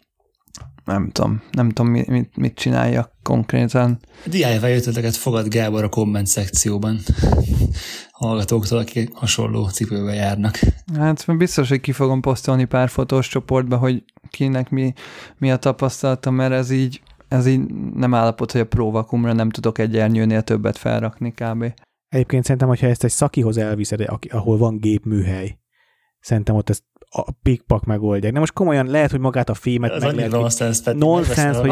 nem tudom mit csináljak konkrétan. DIY ötleteket fogad Gábor a komment szekcióban hallgatóktól, akik hasonló cipőbe járnak. Hát biztos, hogy ki fogom posztolni pár fotós csoportba, hogy kinek mi a tapasztalata, mert ez így nem állapot, hogy a Pro Vacuumra nem tudok egy ernyőnél többet felrakni kb. Egyébként szerintem, hogyha ezt egy szakihoz elviszed, ahol van gépműhely, szerintem ott ezt a pikpak megoldják. De most komolyan lehet, hogy magát a fémet ez meg lehet... Nonsense, hogy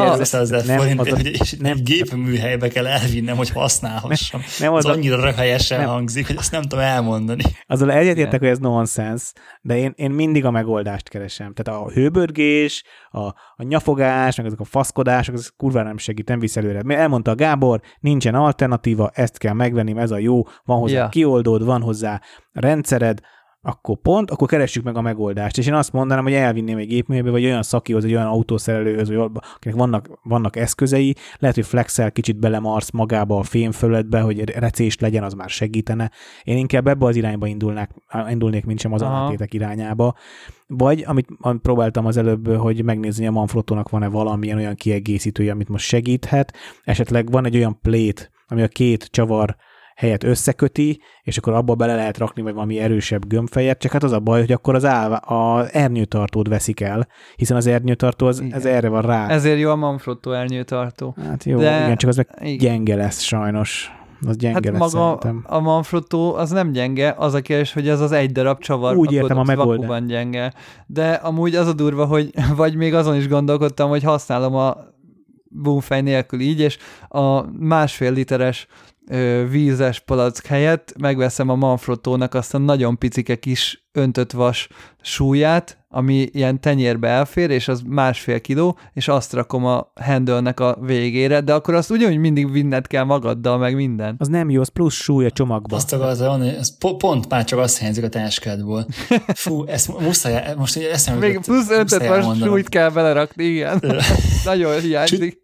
egy gépműhelybe kell elvinnem, hogy használhassam. Az annyira röhelyesen hangzik, hogy azt nem tudom elmondani. Azzal egyetértek, hogy ez nonsense, de én mindig a megoldást keresem. Tehát a hőbörgés, a nyafogás, meg azok a faszkodások, ez kurva nem segít, nem visz előre. Elmondta a Gábor, nincsen alternatíva, ezt kell megvenni, ez a jó, van hozzá kioldód, van hozzá rendszered, akkor keressük meg a megoldást. És én azt mondanám, hogy elvinném egy gépműhelybe, vagy olyan szakihoz, egy olyan autószerelőhöz, akinek vannak eszközei, lehet, hogy flexel kicsit belemarsz magába a fémfölötbe, hogy recést legyen, az már segítene. Én inkább ebbe az irányba indulnék, mint sem az átétek irányába. Vagy, amit próbáltam az előbb, hogy megnézni, a Manfrottónak van-e valamilyen olyan kiegészítője, amit most segíthet. Esetleg van egy olyan plate, ami a 2 csavar helyet összeköti, és akkor abba bele lehet rakni, vagy valami erősebb gömbfejet, csak hát az a baj, hogy akkor az ernyőtartót veszik el, hiszen az ernyőtartó ez erre van rá. Ezért jó a Manfrotto ernyőtartó. Hát jó, igen, csak az meg gyenge lesz sajnos. Az gyenge lesz maga szerintem. A Manfrotto az nem gyenge, az a kérdés, hogy ez az egy darab csavar. Úgy értem a megoldás. Gyenge. De amúgy az a durva, hogy vagy még azon is gondolkodtam, hogy használom a boomfej nélkül így, és a 1,5 literes vízes palack helyett megveszem a Manfrottónak azt a nagyon picike kis öntött vas súlyát, ami ilyen tenyérbe elfér, és az 1,5 kiló, és azt rakom a handle-nek a végére, de akkor azt ugyanúgy mindig vinned kell magaddal, meg minden. Az nem jó, az plusz súly a csomagba. Azt akartam mondani, ez pont már csak azt hiányzik a táskádból. Fú, ezt muszáj, most eszembe még plusz öntött vas súlyt kell belerakni, igen. Nagyon hiányzik.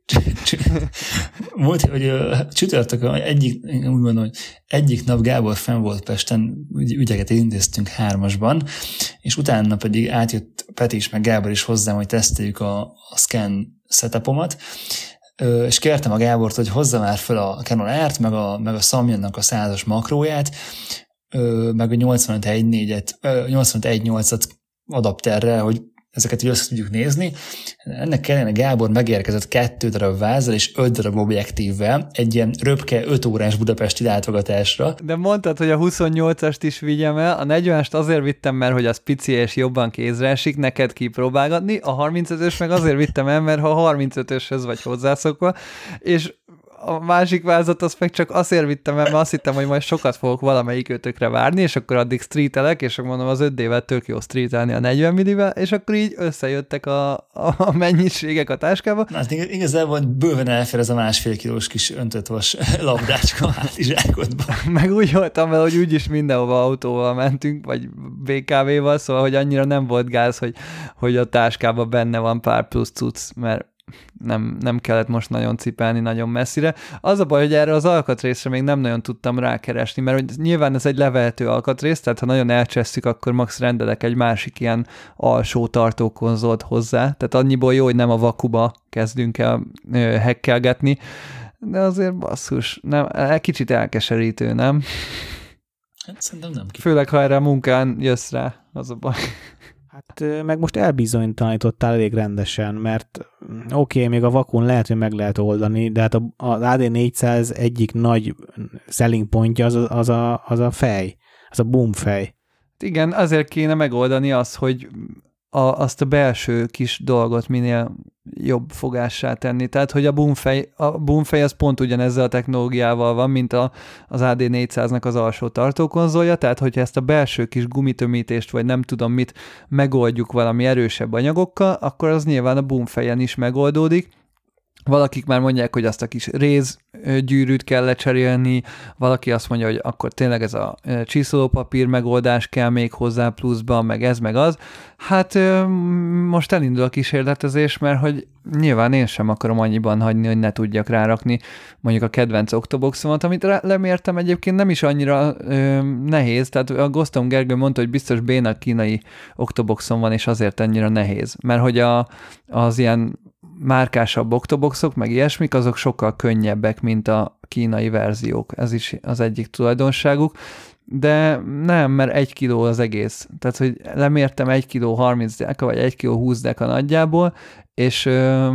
Múlt, hogy csütörtökön úgy mondom, hogy egyik nap Gábor fenn volt Pesten, ügyeket intéztünk 3-asban, és utána pedig átjött Peti is, meg Gábor is hozzám, hogy teszteljük a scan setupomat, és kértem a Gábort, hogy hozza már fel a Canon R-t, meg a Samyang-nak a 100-as makróját, meg a 85.1.4-et, adapterre, hogy ezeket így össze tudjuk nézni. Ennek ellenére Gábor megérkezett 2 darab vázzal és 5 darab objektívvel egy ilyen röpke 5 órás budapesti látogatásra. De mondtad, hogy a 28-ast is vigyem el, a 40-ast azért vittem, mert hogy az pici és jobban kézre esik, neked kipróbálgatni, a 35-ös meg azért vittem el, mert ha 35-öshöz vagy hozzászokva, és a másik vázat azt meg csak azért vittem, mert azt hittem, hogy majd sokat fogok valamelyik ötökre várni, és akkor addig streetelek, és akkor mondom, az 5D-vel tök jó streetelni a 40 millivel, és akkor így összejöttek a mennyiségek a táskába. Hát igazából bőven elfér ez a 1,5 kilós kis öntött vas labdácska hátizsákodba. Meg úgy voltam vele, hogy úgyis mindenhova autóval mentünk, vagy BKV-val, szóval, hogy annyira nem volt gáz, hogy a táskában benne van pár plusz cucc, mert nem kellett most nagyon cipelni nagyon messzire. Az a baj, hogy erre az alkatrészre még nem nagyon tudtam rákeresni, mert hogy nyilván ez egy levehető alkatrész, tehát ha nagyon elcsesszük, akkor max rendelek egy másik ilyen alsó tartókonzolt hozzá, tehát annyiból jó, hogy nem a vakuba kezdünk el hekkelgetni, de azért basszus, nem, kicsit elkeserítő, nem? Hát szerintem nem. Főleg, ha erre a munkán jössz rá, az a baj. Hát meg most elbizonytalanítottál elég rendesen, mert oké, még a vakun lehet, hogy meg lehet oldani, de hát az AD400 egyik nagy selling pontja az a fej, az a boom fej. Igen, azért kéne megoldani azt, hogy azt a belső kis dolgot minél jobb fogássá tenni. Tehát, hogy a boomfej az pont ugyanezzel a technológiával van, mint az AD400-nak az alsó tartókonzolja, tehát, hogyha ezt a belső kis gumitömítést, vagy nem tudom mit megoldjuk valami erősebb anyagokkal, akkor az nyilván a boomfejen is megoldódik. Valakik már mondják, hogy azt a kis rézgyűrűt kell lecserélni, valaki azt mondja, hogy akkor tényleg ez a csiszolópapír megoldás kell még hozzá pluszban, meg ez, meg az. Hát most elindul a kísérletezés, mert hogy nyilván én sem akarom annyiban hagyni, hogy ne tudjak rárakni mondjuk a kedvenc Octoboxomat, amit lemértem egyébként nem is annyira nehéz, tehát a Gostom Gergő mondta, hogy biztos béna kínai Octoboxon van, és azért annyira nehéz, mert hogy az ilyen márkásabb Octoboxok, meg ilyesmik, azok sokkal könnyebbek, mint a kínai verziók. Ez is az egyik tulajdonságuk. De nem, mert 1 kiló az egész. Tehát, hogy lemértem 1 kiló 30 deka, vagy 1 kiló 20 deka nagyjából, és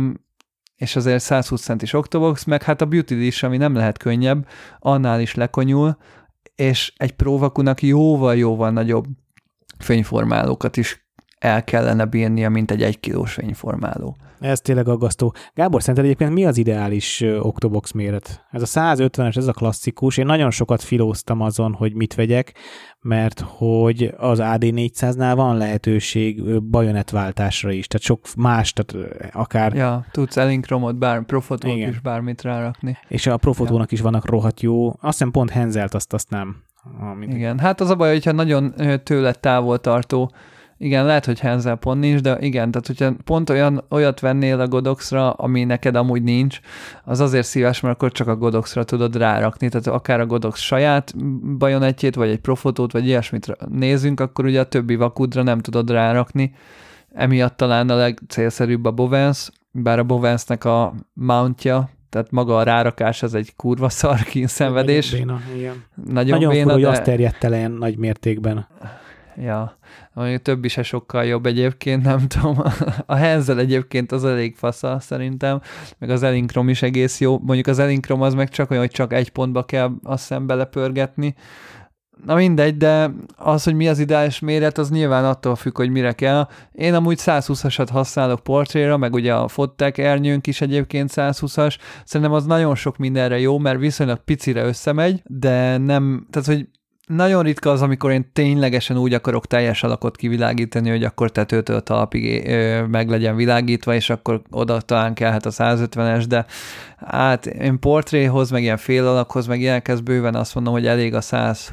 azért 120 centis Octobox, meg hát a Beauty Dish, ami nem lehet könnyebb, annál is lekonyul, és egy próvakunak jóval nagyobb fényformálókat is el kellene bírnia, mint egy 1 kilós fényformáló. Ez tényleg aggasztó. Gábor, szerinted egyébként mi az ideális Octobox méret? Ez a 150-es, ez a klasszikus. Én nagyon sokat filóztam azon, hogy mit vegyek, mert hogy az AD400-nál van lehetőség bajonettváltásra is, tehát sok más, tehát akár... Ja, tudsz elinkromot, profotót is bármit rárakni. És a profotónak is vannak rohadt jó. Azt hiszem pont Henzelt azt nem. Igen, hát az a baj, hogyha nagyon tőle távol tartó. Igen, lehet, hogy Hensel pont nincs, de igen, tehát hogyha pont olyat vennél a Godoxra, ami neked amúgy nincs, az azért szíves, mert akkor csak a Godoxra tudod rárakni, tehát akár a Godox saját bajonettjét, vagy egy Profotót, vagy ilyesmit nézünk, akkor ugye a többi vakudra nem tudod rárakni. Emiatt talán a legcélszerűbb a Bowens, bár a Bowensnek a mountja, tehát maga a rárakás, az egy kurva szar kínszenvedés. Nagyon béna, hogy azt terjedt el ilyen nagy mértékben. Ja, a többi se sokkal jobb egyébként, nem tudom. A Hensel egyébként az elég fasza szerintem, meg az Elinkrom is egész jó. Mondjuk az Elinkrom az meg csak olyan, hogy csak egy pontba kell azt hiszem belepörgetni. Na mindegy, de az, hogy mi az ideális méret, az nyilván attól függ, hogy mire kell. Én amúgy 120-asat használok portréra, meg ugye a Fotek ernyőnk is egyébként 120-as. Szerintem az nagyon sok mindenre jó, mert viszonylag picire összemegy, de nem, tehát hogy nagyon ritka az, amikor én ténylegesen úgy akarok teljes alakot kivilágítani, hogy akkor tetőtől talpig meg legyen világítva, és akkor oda talán kellhet a 150-es, de hát én portréhoz, meg ilyen fél alakhoz, meg ilyenekhez bőven azt mondom, hogy elég a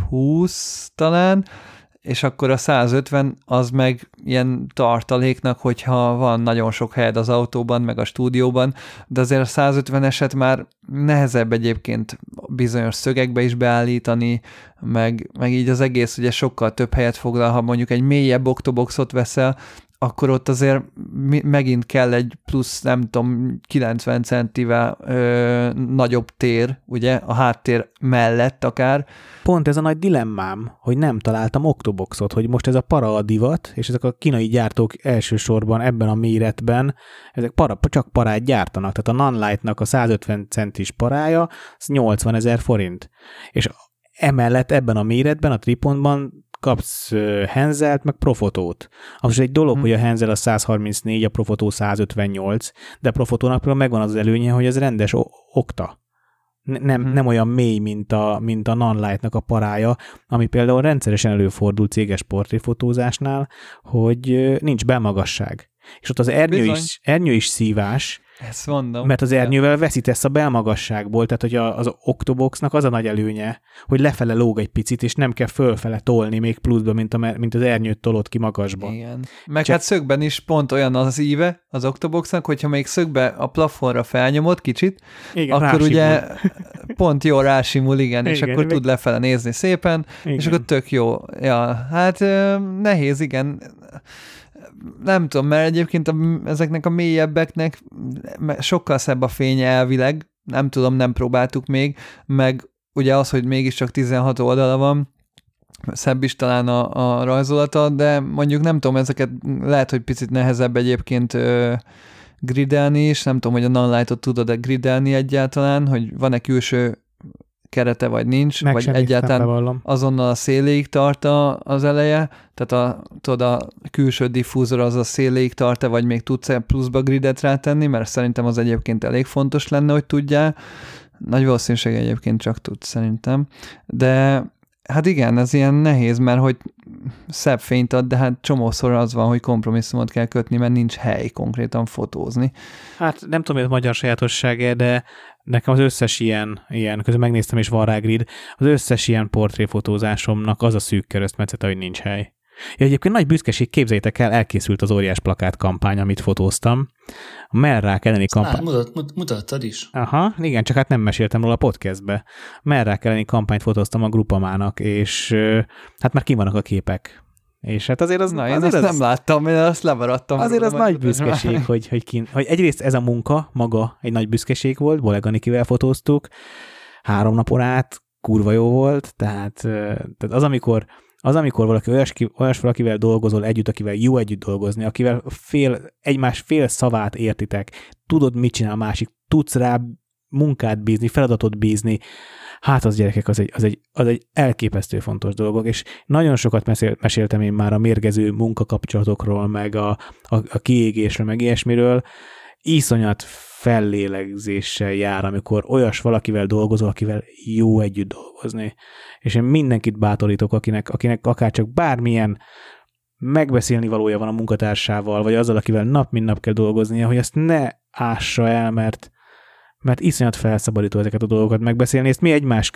120 talán, és akkor a 150 az meg ilyen tartaléknak, hogyha van nagyon sok helyed az autóban, meg a stúdióban, de azért a 150-eset már nehezebb egyébként bizonyos szögekbe is beállítani, meg így az egész ugye sokkal több helyet foglal, ha mondjuk egy mélyebb Octoboxot veszel, akkor ott azért megint kell egy plusz, nem tudom, 90 centivel nagyobb tér, ugye, a háttér mellett akár. Pont ez a nagy dilemmám, hogy nem találtam Octoboxot, hogy most ez a para a divat, és ezek a kínai gyártók elsősorban ebben a méretben, ezek csak parát gyártanak, tehát a Nanlite-nak a 150 centis parája, az 80 000 forint. És emellett ebben a méretben, a tripontban kapsz Henselt, meg Profotót. Az egy dolog, hogy a Hensel a 134, a Profotó 158, de a Profotónak például megvan az előnye, hogy ez rendes okta. Nem olyan mély, mint a Nonlight-nak a parája, ami például rendszeresen előfordul céges portréfotózásnál, hogy nincs belmagasság. És ott az ernyő is szívás, ezt mondom. Mert az ernyővel veszítesz a belmagasságból, tehát hogy az Octoboxnak az a nagy előnye, hogy lefele lóg egy picit, és nem kell fölfele tolni még pluszba, mint az ernyőt tolod ki magasba. Igen. Meg hát szögben is pont olyan az íve az Octoboxnak, hogyha még szögbe a plafonra felnyomod kicsit, igen, akkor rásimul. Ugye pont jól rásimul, igen, és akkor tud lefele nézni szépen, igen. És akkor tök jó. Ja, hát nehéz, igen. Nem tudom, mert egyébként ezeknek a mélyebbeknek sokkal szebb a fénye elvileg, nem tudom, nem próbáltuk még, meg ugye az, hogy mégiscsak 16 oldala van, szebb is talán a rajzolata, de mondjuk nem tudom, ezeket lehet, hogy picit nehezebb egyébként gridelni is, nem tudom, hogy a Nonlight-ot tudod-e gridelni egyáltalán, hogy van-e külső kerete, vagy nincs, meg vagy egyáltalán azonnal a széléig tart az eleje, tehát a külső diffúzor az a széléig tart-e, vagy még tudsz pluszba gridet rátenni, mert szerintem az egyébként elég fontos lenne, hogy tudjál. Nagy valószínűség egyébként csak tudsz szerintem. De hát igen, ez ilyen nehéz, mert hogy szebb fényt ad, de hát csomószor az van, hogy kompromisszumot kell kötni, mert nincs hely konkrétan fotózni. Hát nem tudom, hogy a magyar sajátossága, de nekem az összes ilyen közben megnéztem, és van rá grid, az összes ilyen portréfotózásomnak az a szűk keresztmetszete, hogy nincs hely. Ja, egyébként nagy büszkeség, képzeljétek el, elkészült az óriás plakát kampány, amit fotóztam. A Merrák elleni kampány. Mutattad is. Aha, igen, csak hát nem meséltem róla a podcastbe. Merrák elleni kampányt fotóztam a Grupamának, és hát már kim vannak a képek. És hát azért az... Na, én azt nem láttam, én azt lemaradtam. Azért az nagy büszkeség, hogy egyrészt ez a munka maga egy nagy büszkeség volt, Bolega Nikivel fotóztuk, 3 napon át, kurva jó volt, tehát az, amikor olyas valakivel dolgozol együtt, akivel jó együtt dolgozni, akivel egymás fél szavát értitek, tudod, mit csinál a másik, tudsz rá munkát bízni, feladatot bízni, hát az gyerekek, az egy elképesztő fontos dolog, és nagyon sokat meséltem én már a mérgező munkakapcsolatokról, meg a kiégésről, meg ilyesmiről, iszonyat fellélegzéssel jár, amikor olyas valakivel dolgozol, akivel jó együtt dolgozni. És én mindenkit bátorítok, akinek akár csak bármilyen megbeszélni valója van a munkatársával, vagy azzal, akivel nap mint nap kell dolgoznia, hogy ezt ne ássa el, mert iszonyat felszabadító ezeket a dolgokat megbeszélni, ezt mi egymás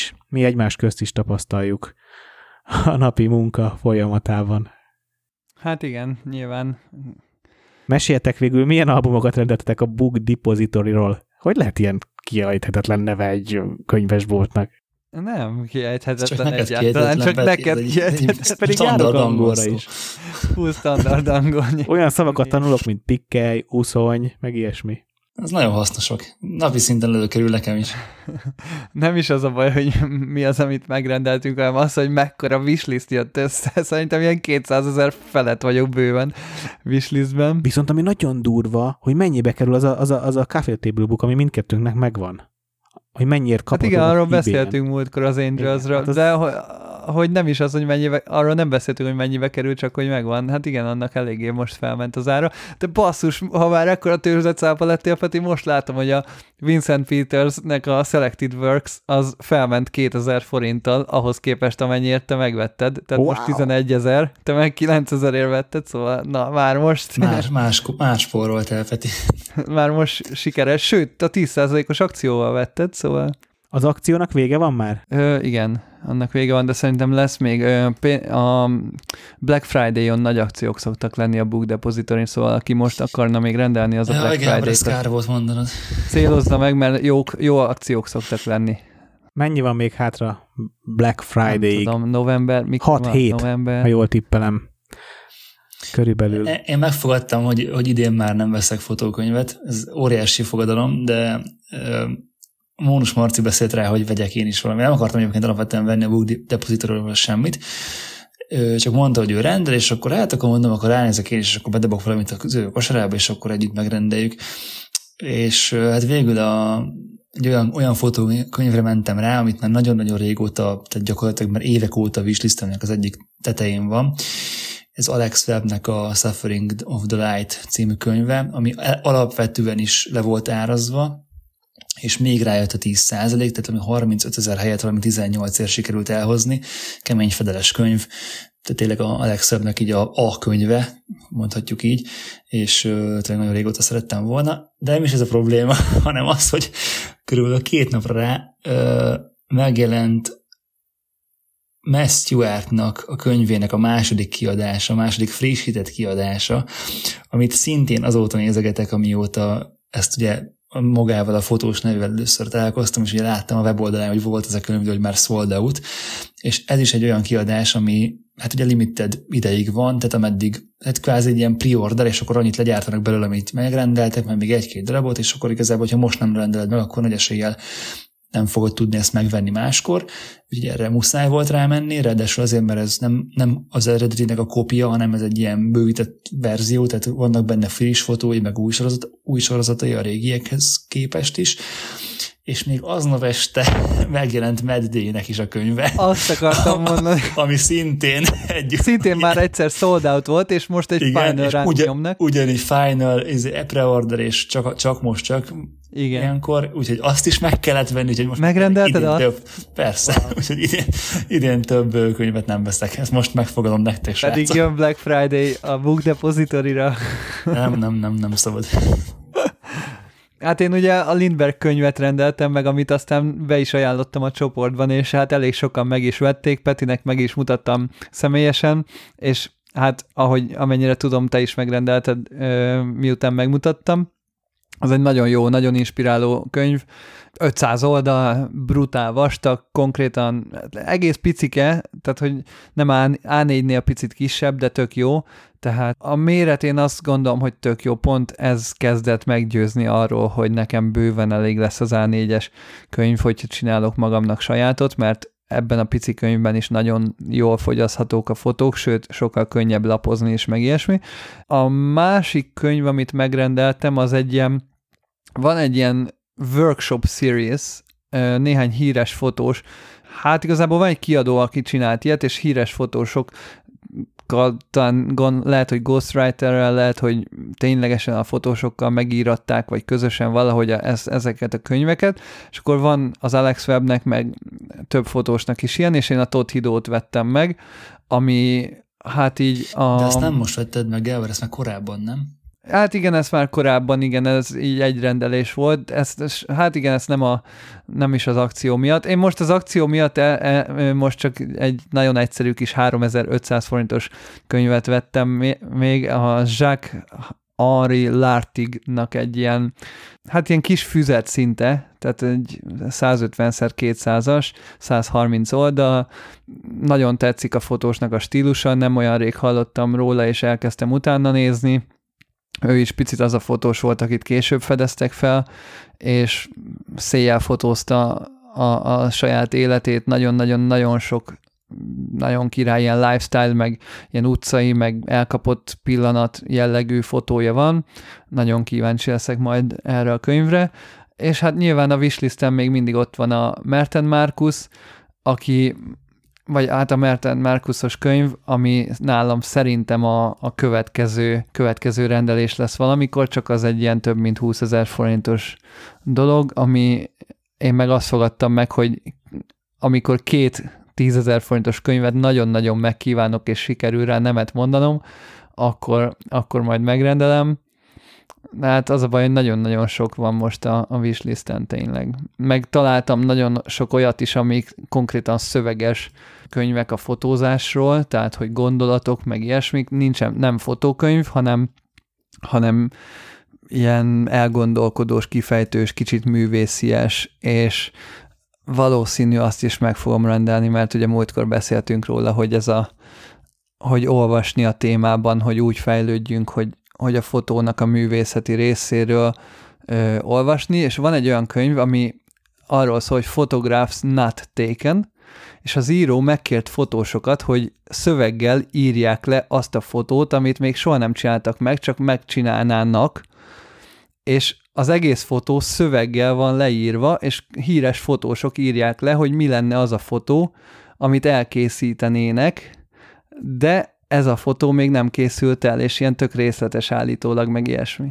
közt is tapasztaljuk a napi munka folyamatában. Hát igen, nyilván. Meséljetek végül, milyen albumokat rendeltetek a Book Depository-ról? Hogy lehet ilyen kiejthetetlen neve egy könyvesboltnak? Nem kiejthetetlen egyáltalán, csak neked kiejthetetlen. Pedig járok angolra is. Full standard angol. Olyan szavakat tanulok, mint pikkely, uszony, meg ilyesmi. Ez nagyon hasznosok. Napi szinten előkerül nekem is. Nem is az a baj, hogy mi az, amit megrendeltünk, hanem az, hogy mekkora wishlist jött össze. Szerintem ilyen 200 000 felett vagyok bőven wishlistben. Viszont ami nagyon durva, hogy mennyibe kerül az a Coffee Table Book, ami mindkettőnknek megvan. Hogy mennyiért kapható. Hát igen, arról beszéltünk múltkor az Angelsről, hát de hogy nem is az, hogy mennyibe, arról nem beszéltünk, hogy mennyibe kerül, csak hogy megvan. Hát igen, annak eléggé most felment az ára. De basszus, ha már ekkora tőzsdecápa lettél, Peti, most látom, hogy a Vincent Petersnek a Selected Works az felment 2000 forinttal, ahhoz képest amennyiért te megvetted. Tehát wow. Most 11 000, te meg 9 000-ért vetted, szóval na, már most... Más spórolt el, Peti. Már most sikeres, sőt, a 10%-os akcióval vetted, szóval... Az akciónak vége van már? Igen, annak vége van, de szerintem lesz még. A Black Friday-on nagy akciók szoktak lenni a Book Depository, szóval aki most akarna még rendelni, az a Black Friday-t. Ez kár volt mondanod. Célozza meg, mert jó akciók szoktak lenni. Mennyi van még hátra Black Friday-ig? Nem tudom, november. 6 hét, ha jól tippelem. Körülbelül. Én megfogadtam, hogy idén már nem veszek fotókönyvet. Ez óriási fogadalom, de... Mónus Marci beszélt rá, hogy vegyek én is valami. Nem akartam egyébként alapvetően venni a Book Depository-ról semmit. Csak mondta, hogy ő rendel, és akkor akkor mondom, akkor ránézek én is, és akkor bedobok valamit az ő kosarába, és akkor együtt megrendeljük. És hát végül egy olyan fotókönyvre mentem rá, amit már nagyon-nagyon régóta, tehát gyakorlatilag már évek óta wishlistemnek az egyik tetején van. Ez Alex Webbnek a Suffering of the Light című könyve, ami alapvetően is le volt árazva, és még rájött a 10%, tehát ami 35 000 helyett valami 18-ért sikerült elhozni, kemény fedeles könyv, tehát tényleg a legszöbbnek így a könyve, mondhatjuk így, és tényleg nagyon régóta szerettem volna, de nem is ez a probléma, hanem az, hogy körülbelül 2 napra rá megjelent Matt Stewartnak a könyvének a második kiadása, a második frissített kiadása, amit szintén azóta nézegetek, amióta ezt ugye magával a fotós nevével először találkoztam, és ugye láttam a weboldalán, hogy volt ez a könyv, hogy már sold out, és ez is egy olyan kiadás, ami hát ugye limited ideig van, tehát ameddig hát kvázi egy ilyen pre-order, és akkor annyit legyártanak belőle, amit megrendeltek, majd még 1-2 darabot, és akkor igazából, hogyha most nem rendeled meg, akkor nagy eséllyel nem fogod tudni ezt megvenni máskor, úgyhogy erre muszáj volt rámenni, ráadásul azért, mert ez nem az eredetinek a kopia, hanem ez egy ilyen bővített verzió, tehát vannak benne friss fotói, meg új sorozatai a régiekhez képest is, és még aznap este megjelent Matt Day-nek is a könyve. Azt akartam mondani. Ami szintén Szintén már egyszer sold out volt, és most egy igen, final run nyomnak. Ugyanígy final, pre-order, és csak most igen. Ilyenkor, úgyhogy azt is meg kellett venni, úgyhogy most megrendelted azt? Persze, wow. Úgyhogy idén több könyvet nem veszek, ezt most megfogadom nektek, srácok. Pedig jön Black Friday a Book Depository-ra. Nem szabad. Hát én ugye a Lindbergh könyvet rendeltem meg, amit aztán be is ajánlottam a csoportban, és hát elég sokan meg is vették, Petinek meg is mutattam személyesen, és hát amennyire tudom, te is megrendelted, miután megmutattam. Az egy nagyon jó, nagyon inspiráló könyv, 500 oldal, brutál vastag, konkrétan egész picike, tehát hogy nem A4-nél picit kisebb, de tök jó, tehát a méret én azt gondolom, hogy tök jó, pont ez kezdett meggyőzni arról, hogy nekem bőven elég lesz az A4-es könyv, hogyha csinálok magamnak sajátot, mert ebben a pici könyvben is nagyon jól fogyaszthatók a fotók, sőt, sokkal könnyebb lapozni is, meg ilyesmi. A másik könyv, amit megrendeltem, az van egy ilyen workshop series, néhány híres fotós, hát igazából van egy kiadó, aki csinált ilyet, és híres fotósok talán lehet, hogy ghostwriterrel, lehet, hogy ténylegesen a fotósokkal megíratták, vagy közösen valahogy ezeket a könyveket, és akkor van az Alex Webbnek, meg több fotósnak is ilyen, és én a Todd Hidót vettem meg, ami hát így De ezt nem most vetted meg, Gábor, ezt már korábban, nem? Hát igen, ez már korábban, igen, ez így egy rendelés volt. Hát igen, ezt nem is az akció miatt. Én most az akció miatt most csak egy nagyon egyszerű kis 3500 forintos könyvet vettem még, a Jacques-Henri Lartignak egy ilyen kis füzet szinte, tehát egy 150x200-as, 130 oldal. Nagyon tetszik a fotósnak a stílusa, nem olyan rég hallottam róla, és elkezdtem utána nézni. Ő is picit az a fotós volt, akit később fedeztek fel, és széjjel fotózta a saját életét, nagyon-nagyon-nagyon sok, nagyon király ilyen lifestyle, meg ilyen utcai, meg elkapott pillanat jellegű fotója van. Nagyon kíváncsi leszek majd erre a könyvre. És hát nyilván a wishlisten még mindig ott van a Merten Marcus, a Merten Marcusos könyv, ami nálam szerintem a következő rendelés lesz valamikor, csak az egy ilyen több mint 20 000 forintos dolog, ami én meg azt fogadtam meg, hogy amikor 2 10 000 forintos könyvet nagyon-nagyon megkívánok, és sikerül rá nemet mondanom, akkor majd megrendelem. Hát az a baj, hogy nagyon-nagyon sok van most a wishlisten tényleg. Megtaláltam nagyon sok olyat is, amik konkrétan szöveges könyvek a fotózásról, tehát hogy gondolatok, meg ilyesmik, nem fotókönyv, hanem ilyen elgondolkodós, kifejtős, kicsit művészies, és valószínű azt is meg fogom rendelni, mert ugye múltkor beszéltünk róla, hogy hogy olvasni a témában, hogy úgy fejlődjünk, hogy a fotónak a művészeti részéről olvasni, és van egy olyan könyv, ami arról szól, hogy Photographs Not Taken, és az író megkért fotósokat, hogy szöveggel írják le azt a fotót, amit még soha nem csináltak meg, csak megcsinálnának, és az egész fotó szöveggel van leírva, és híres fotósok írják le, hogy mi lenne az a fotó, amit elkészítenének, de ez a fotó még nem készült el, és ilyen tök részletes állítólag, meg ilyesmi.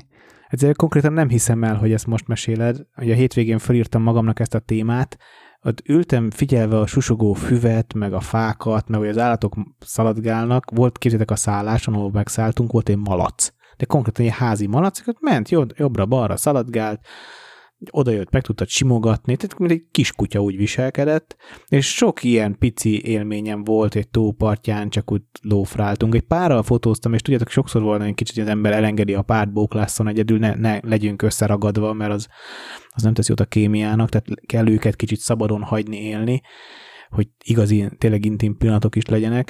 Ezért konkrétan nem hiszem el, hogy ezt most meséled. Ugye a hétvégén felírtam magamnak ezt a témát, ott ültem figyelve a susogó füvet, meg a fákat, meg hogy az állatok szaladgálnak. Volt, képzétek, a szálláson, ahol megszálltunk, volt egy malac. De konkrétan egy házi malac, ment jobbra-balra, szaladgált, odajött, meg tudtad simogatni, tehát mint egy kiskutya úgy viselkedett, és sok ilyen pici élményem volt egy tópartján, csak úgy lófráltunk. Egy párral fotóztam, és tudjátok, sokszor volna egy kicsit, hogy az ember elengedi a párt, bóklásszon egyedül, ne legyünk összeragadva, mert az nem teszi jót a kémiának, tehát kell őket kicsit szabadon hagyni élni, hogy igazi, tényleg intim pillanatok is legyenek.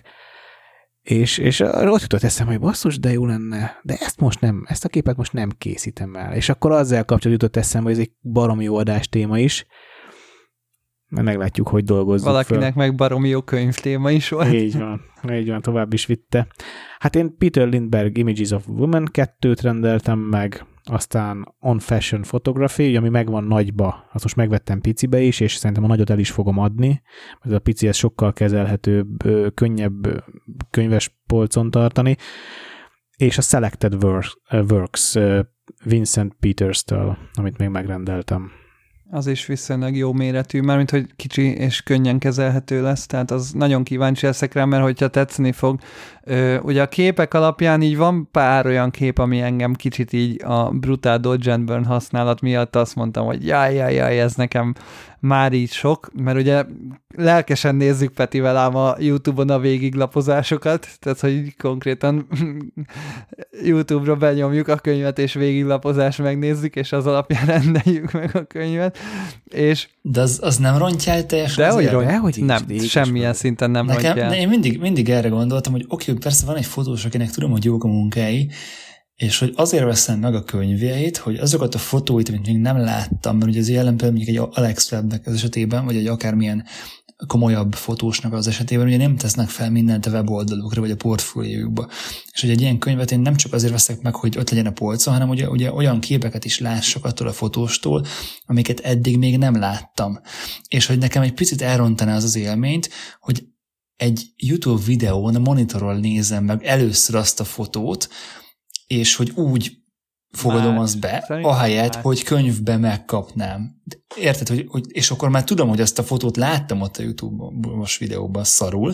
És ott jutott eszembe, hogy basszus, de jó lenne, de ezt a képet most nem készítem el. És akkor azzal kapcsolatban jutott eszembe, hogy ez egy baromi jó adás téma is, mert meglátjuk, hogy dolgozzuk. Valakinek meg baromi jó könyvtéma is volt. Így van, tovább is vitte. Hát én Peter Lindbergh Images of Women 2-t rendeltem meg, aztán On Fashion Photography, ami megvan nagyba, azt most megvettem picibe is, és szerintem a nagyot el is fogom adni, mert a pici ez sokkal kezelhetőbb, könnyebb könyves polcon tartani, és a Selected Works Vincent Peters-től, amit még megrendeltem. Az is viszonylag jó méretű, mármint, hogy kicsi és könnyen kezelhető lesz, tehát az nagyon kíváncsi leszek rá, mert hogyha tetszeni fog. Ugye a képek alapján így van pár olyan kép, ami engem kicsit így a brutál Dodge and Burn használat miatt azt mondtam, hogy jaj, ez nekem már így sok, mert ugye lelkesen nézzük Petivel ám a YouTube-on a végiglapozásokat, tehát hogy konkrétan YouTube-ra benyomjuk a könyvet, és végiglapozást megnézzük, és az alapján rendeljük meg a könyvet. És de az nem rontja el teljesen? De hogy nem, semmilyen szinten nem rontja el. Én mindig erre gondoltam, hogy oké, persze van egy fotós, akinek tudom, hogy jók a munkái, és hogy azért veszem meg a könyveit, hogy azokat a fotóit, amit még nem láttam, mert ugye ez jelen például mondjuk egy Alex Webbnek az esetében, vagy egy akármilyen komolyabb fotósnak az esetében, ugye nem tesznek fel mindent a weboldalukra, vagy a portfóliójukba. És hogy egy ilyen könyvet én nem csak azért veszek meg, hogy ott legyen a polcon, hanem ugye olyan képeket is lássak attól a fotóstól, amiket eddig még nem láttam. És hogy nekem egy picit elrontaná az élményt, hogy egy YouTube videón a monitoron nézem meg először azt a fotót, és hogy úgy fogadom azt be, ahelyett, hogy könyvbe megkapnám. Érted, hogy és akkor már tudom, hogy azt a fotót láttam ott a YouTube-os videóban szarul,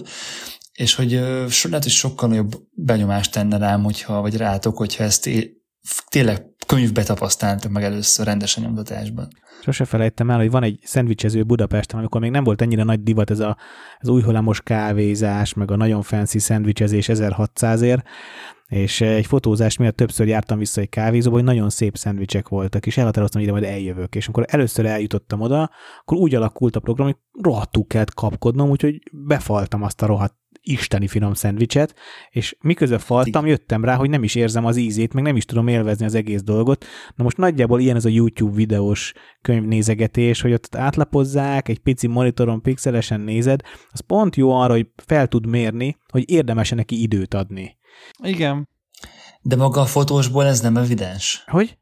és hogy lehet, hogy sokkal nagyobb benyomást tenne rám, vagy rátok, hogyha ezt tényleg könyvbe tapasztaltam meg először rendesen nyomtatásban. Sose felejtem el, hogy van egy szendvicsező Budapesten, amikor még nem volt ennyire nagy divat ez az új hullámos kávézás, meg a nagyon fancy szendvicsezés 1600-ért, és egy fotózás miatt többször jártam vissza egy kávézóba, hogy nagyon szép szendvicsek voltak, és elhatároztam, hogy ide majd eljövök. És amikor először eljutottam oda, akkor úgy alakult a program, hogy rohadtul kellett kapkodnom, úgyhogy befaltam azt a rohadt isteni finom szendvicset, és miközben faltam, jöttem rá, hogy nem is érzem az ízét, meg nem is tudom élvezni az egész dolgot. Na most nagyjából ilyen ez a YouTube videós könyvnézegetés, hogy ott átlapozzák, egy pici monitoron pixelesen nézed, az pont jó arra, hogy fel tud mérni, hogy érdemes-e neki időt adni. Igen. De maga a fotósból ez nem evidens. Hogy?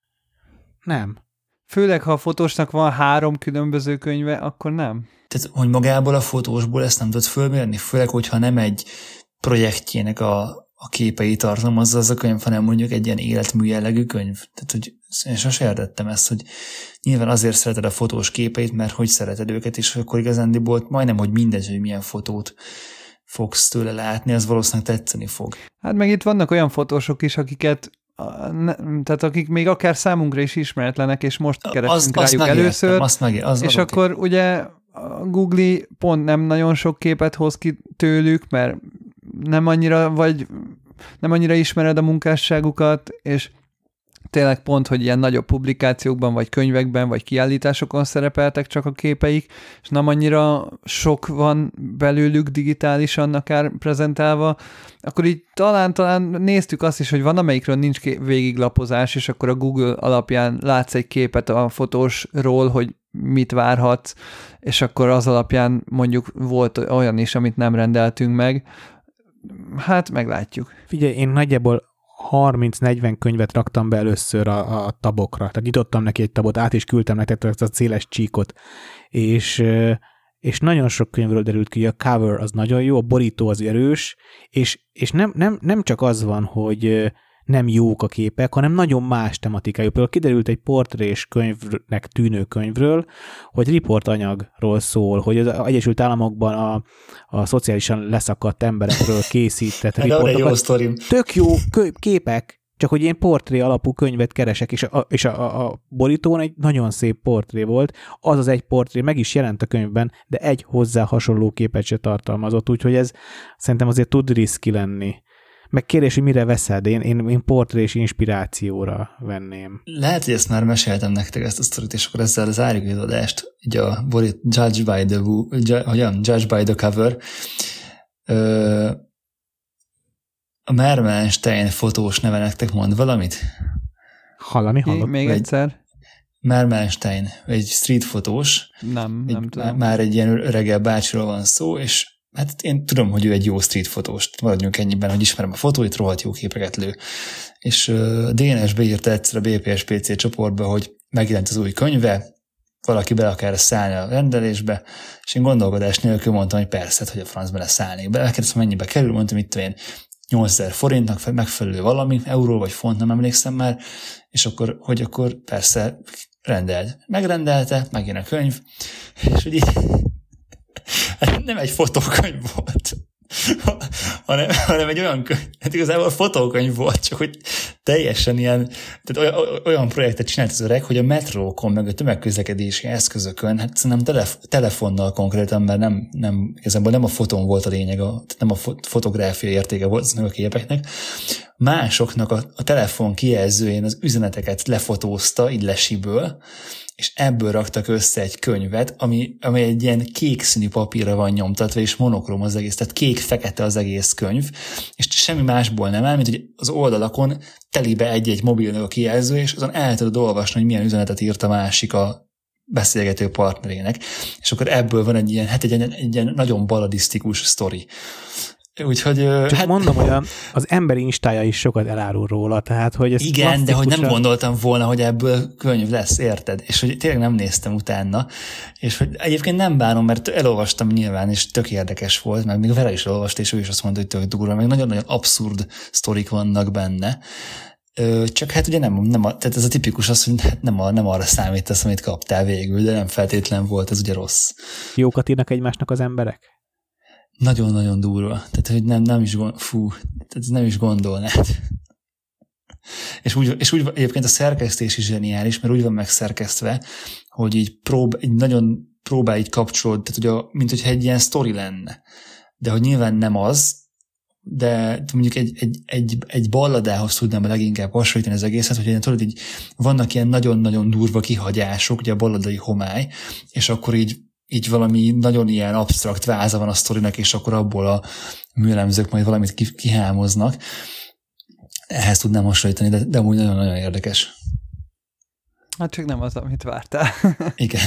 Nem. Főleg, ha a fotósnak van 3 különböző könyve, akkor nem. Tehát, hogy magából a fotósból ezt nem tudod fölmérni? Főleg, hogyha nem egy projektjének a képei tartalmazza az a könyv, hanem mondjuk egy ilyen életmű jellegű könyv. Tehát, hogy én sose értettem ezt, hogy nyilván azért szereted a fotós képeit, mert hogy szereted őket, és akkor igazándiból majdnem, hogy mindegy, hogy milyen fotót fogsz tőle látni, az valószínűleg tetszeni fog. Hát meg itt vannak olyan fotósok is, tehát akik még akár számunkra is ismeretlenek, és most keresünk rájuk először, és akkor ugye a Google pont nem nagyon sok képet hoz ki tőlük, mert nem annyira ismered a munkásságukat, és tényleg pont, hogy ilyen nagyobb publikációkban, vagy könyvekben, vagy kiállításokon szerepeltek csak a képeik, és nem annyira sok van belőlük digitálisan akár prezentálva, akkor így talán néztük azt is, hogy van, amelyikről nincs végiglapozás, és akkor a Google alapján látsz egy képet a fotósról, hogy mit várhatsz, és akkor az alapján mondjuk volt olyan is, amit nem rendeltünk meg. Hát meglátjuk. Figyelj, én nagyjából 30-40 könyvet raktam be először a tabokra. Tehát nyitottam neki egy tabot, át is küldtem nektek ezt a széles csíkot. És nagyon sok könyvről derült ki, hogy a cover az nagyon jó, a borító az erős, és nem csak az van, hogy nem jók a képek, hanem nagyon más tematikájú. Például kiderült egy portrés könyvnek tűnő könyvről, hogy riportanyagról szól, hogy az Egyesült Államokban a szociálisan leszakadt emberekről készített riportokat. Tök jó képek, csak hogy én portré alapú könyvet keresek, és a borítón egy nagyon szép portré volt, az egy portré meg is jelent a könyvben, de egy hozzá hasonló képet se tartalmazott, úgyhogy ez szerintem azért tud riszki lenni. Meg kérdés, hogy mire veszed? Én portrés inspirációra venném. Lehet, hogy ezt már meséltem nektek ezt a sztorit, és akkor ezzel zárjuk az adást, így a Judge by the Cover. A Mermelstein fotós neve nektek mond valamit? Hallok. Még egyszer. Mermelstein, egy street fotós. Nem tudom. Már egy ilyen öregebb bácsiról van szó, és hát én tudom, hogy ő egy jó street fotós. Maradjunk ennyiben, hogy ismerem a fotóit, rohadt jó képeket lő. És DNS beírta egyszer a BPSPC csoportba, hogy megjelent az új könyve, valaki bele akar szállni a rendelésbe, és én gondolkodás nélkül mondtam, hogy persze, hogy a francba leszállnék be. Elkezdtem, mennyibe kerül, mondtam, itt én 8000 forintnak megfelelő valami, euró vagy font, nem emlékszem már, és akkor persze rendeld. Megrendelte, megjön a könyv, és ugye nem egy fotókönyv volt, hanem egy olyan könyv, hát igazából fotókönyv volt, csak hogy teljesen ilyen, tehát olyan projektet csinált az öreg, hogy a metrókon, meg a tömegközlekedési eszközökön, hát szerintem telefonnal konkrétan, mert igazából nem a fotón volt a lényeg, tehát nem a fotográfiai értéke volt a képeknek, másoknak a telefon kijelzőjén az üzeneteket lefotózta, így lesiből, és ebből raktak össze egy könyvet, ami egy ilyen kék színű papírra van nyomtatva, és monokrom az egész, tehát kék-fekete az egész könyv, és semmi másból nem áll, mint hogy az oldalakon telibe egy-egy mobilnak a kijelző, és azon el tudod olvasni, hogy milyen üzenetet írt a másik a beszélgető partnerének, és akkor ebből van egy ilyen nagyon baladisztikus sztori. Úgyhogy, csak mondom, hogy az emberi instája is sokat elárul róla, tehát, hogy ez igen, de hogy nem gondoltam volna, hogy ebből könyv lesz, érted? És hogy tényleg nem néztem utána, és hogy egyébként nem bánom, mert elolvastam nyilván, és tök érdekes volt, meg még Vera is elolvast, és ő is azt mondta, hogy tök durva, meg nagyon-nagyon abszurd sztorik vannak benne. Csak hát ugye tehát ez a tipikus az, hogy nem arra számítasz, amit kaptál végül, de nem feltétlen volt, ez ugye rossz. Jókat írnak egymásnak az emberek? Nagyon-nagyon durva. Tehát, hogy nem is gondolnád. És úgy egyébként a szerkesztés is zseniális, mert úgy van megszerkesztve, hogy így nagyon próbál így kapcsolódni, tehát hogy mint hogyha egy ilyen sztori lenne. De hogy nyilván nem az, de mondjuk egy balladához tudnám leginkább hasonlítani az egészet, hogy tudod, így vannak ilyen nagyon-nagyon durva kihagyások, ugye a balladai homály, és akkor így valami nagyon ilyen absztrakt váza van a sztorinak, és akkor abból a műelemzők majd valamit kihámoznak. Ehhez tudnám hasonlítani, de amúgy nagyon-nagyon érdekes. Hát csak nem az, amit vártál. Igen.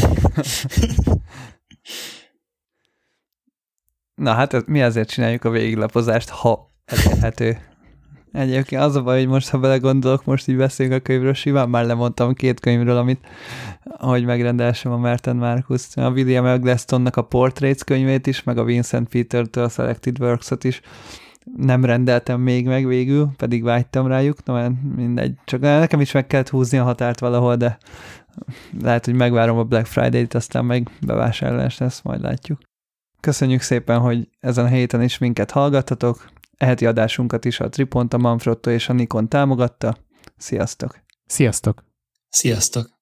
Na hát mi azért csináljuk a végiglapozást, ha elérhető. Egyébként az a baj, hogy most, ha belegondolok, most így beszélünk a könyvről, simán már lemondtam 2 könyvről, ahogy megrendelsem a Merten Marcus, a William L. Glastonnak a Portraits könyvét is, meg a Vincent Petertől a Selected Works-ot is nem rendeltem még meg végül, pedig vágytam rájuk, mindegy. Csak nekem is meg kellett húzni a határt valahol, de lehet, hogy megvárom a Black Friday-t, aztán meg bevásárlás lesz, majd látjuk. Köszönjük szépen, hogy ezen a héten is minket hallgattatok. Eheti adásunkat is a Tripont, a Manfrotto és a Nikon támogatta. Sziasztok! Sziasztok! Sziasztok!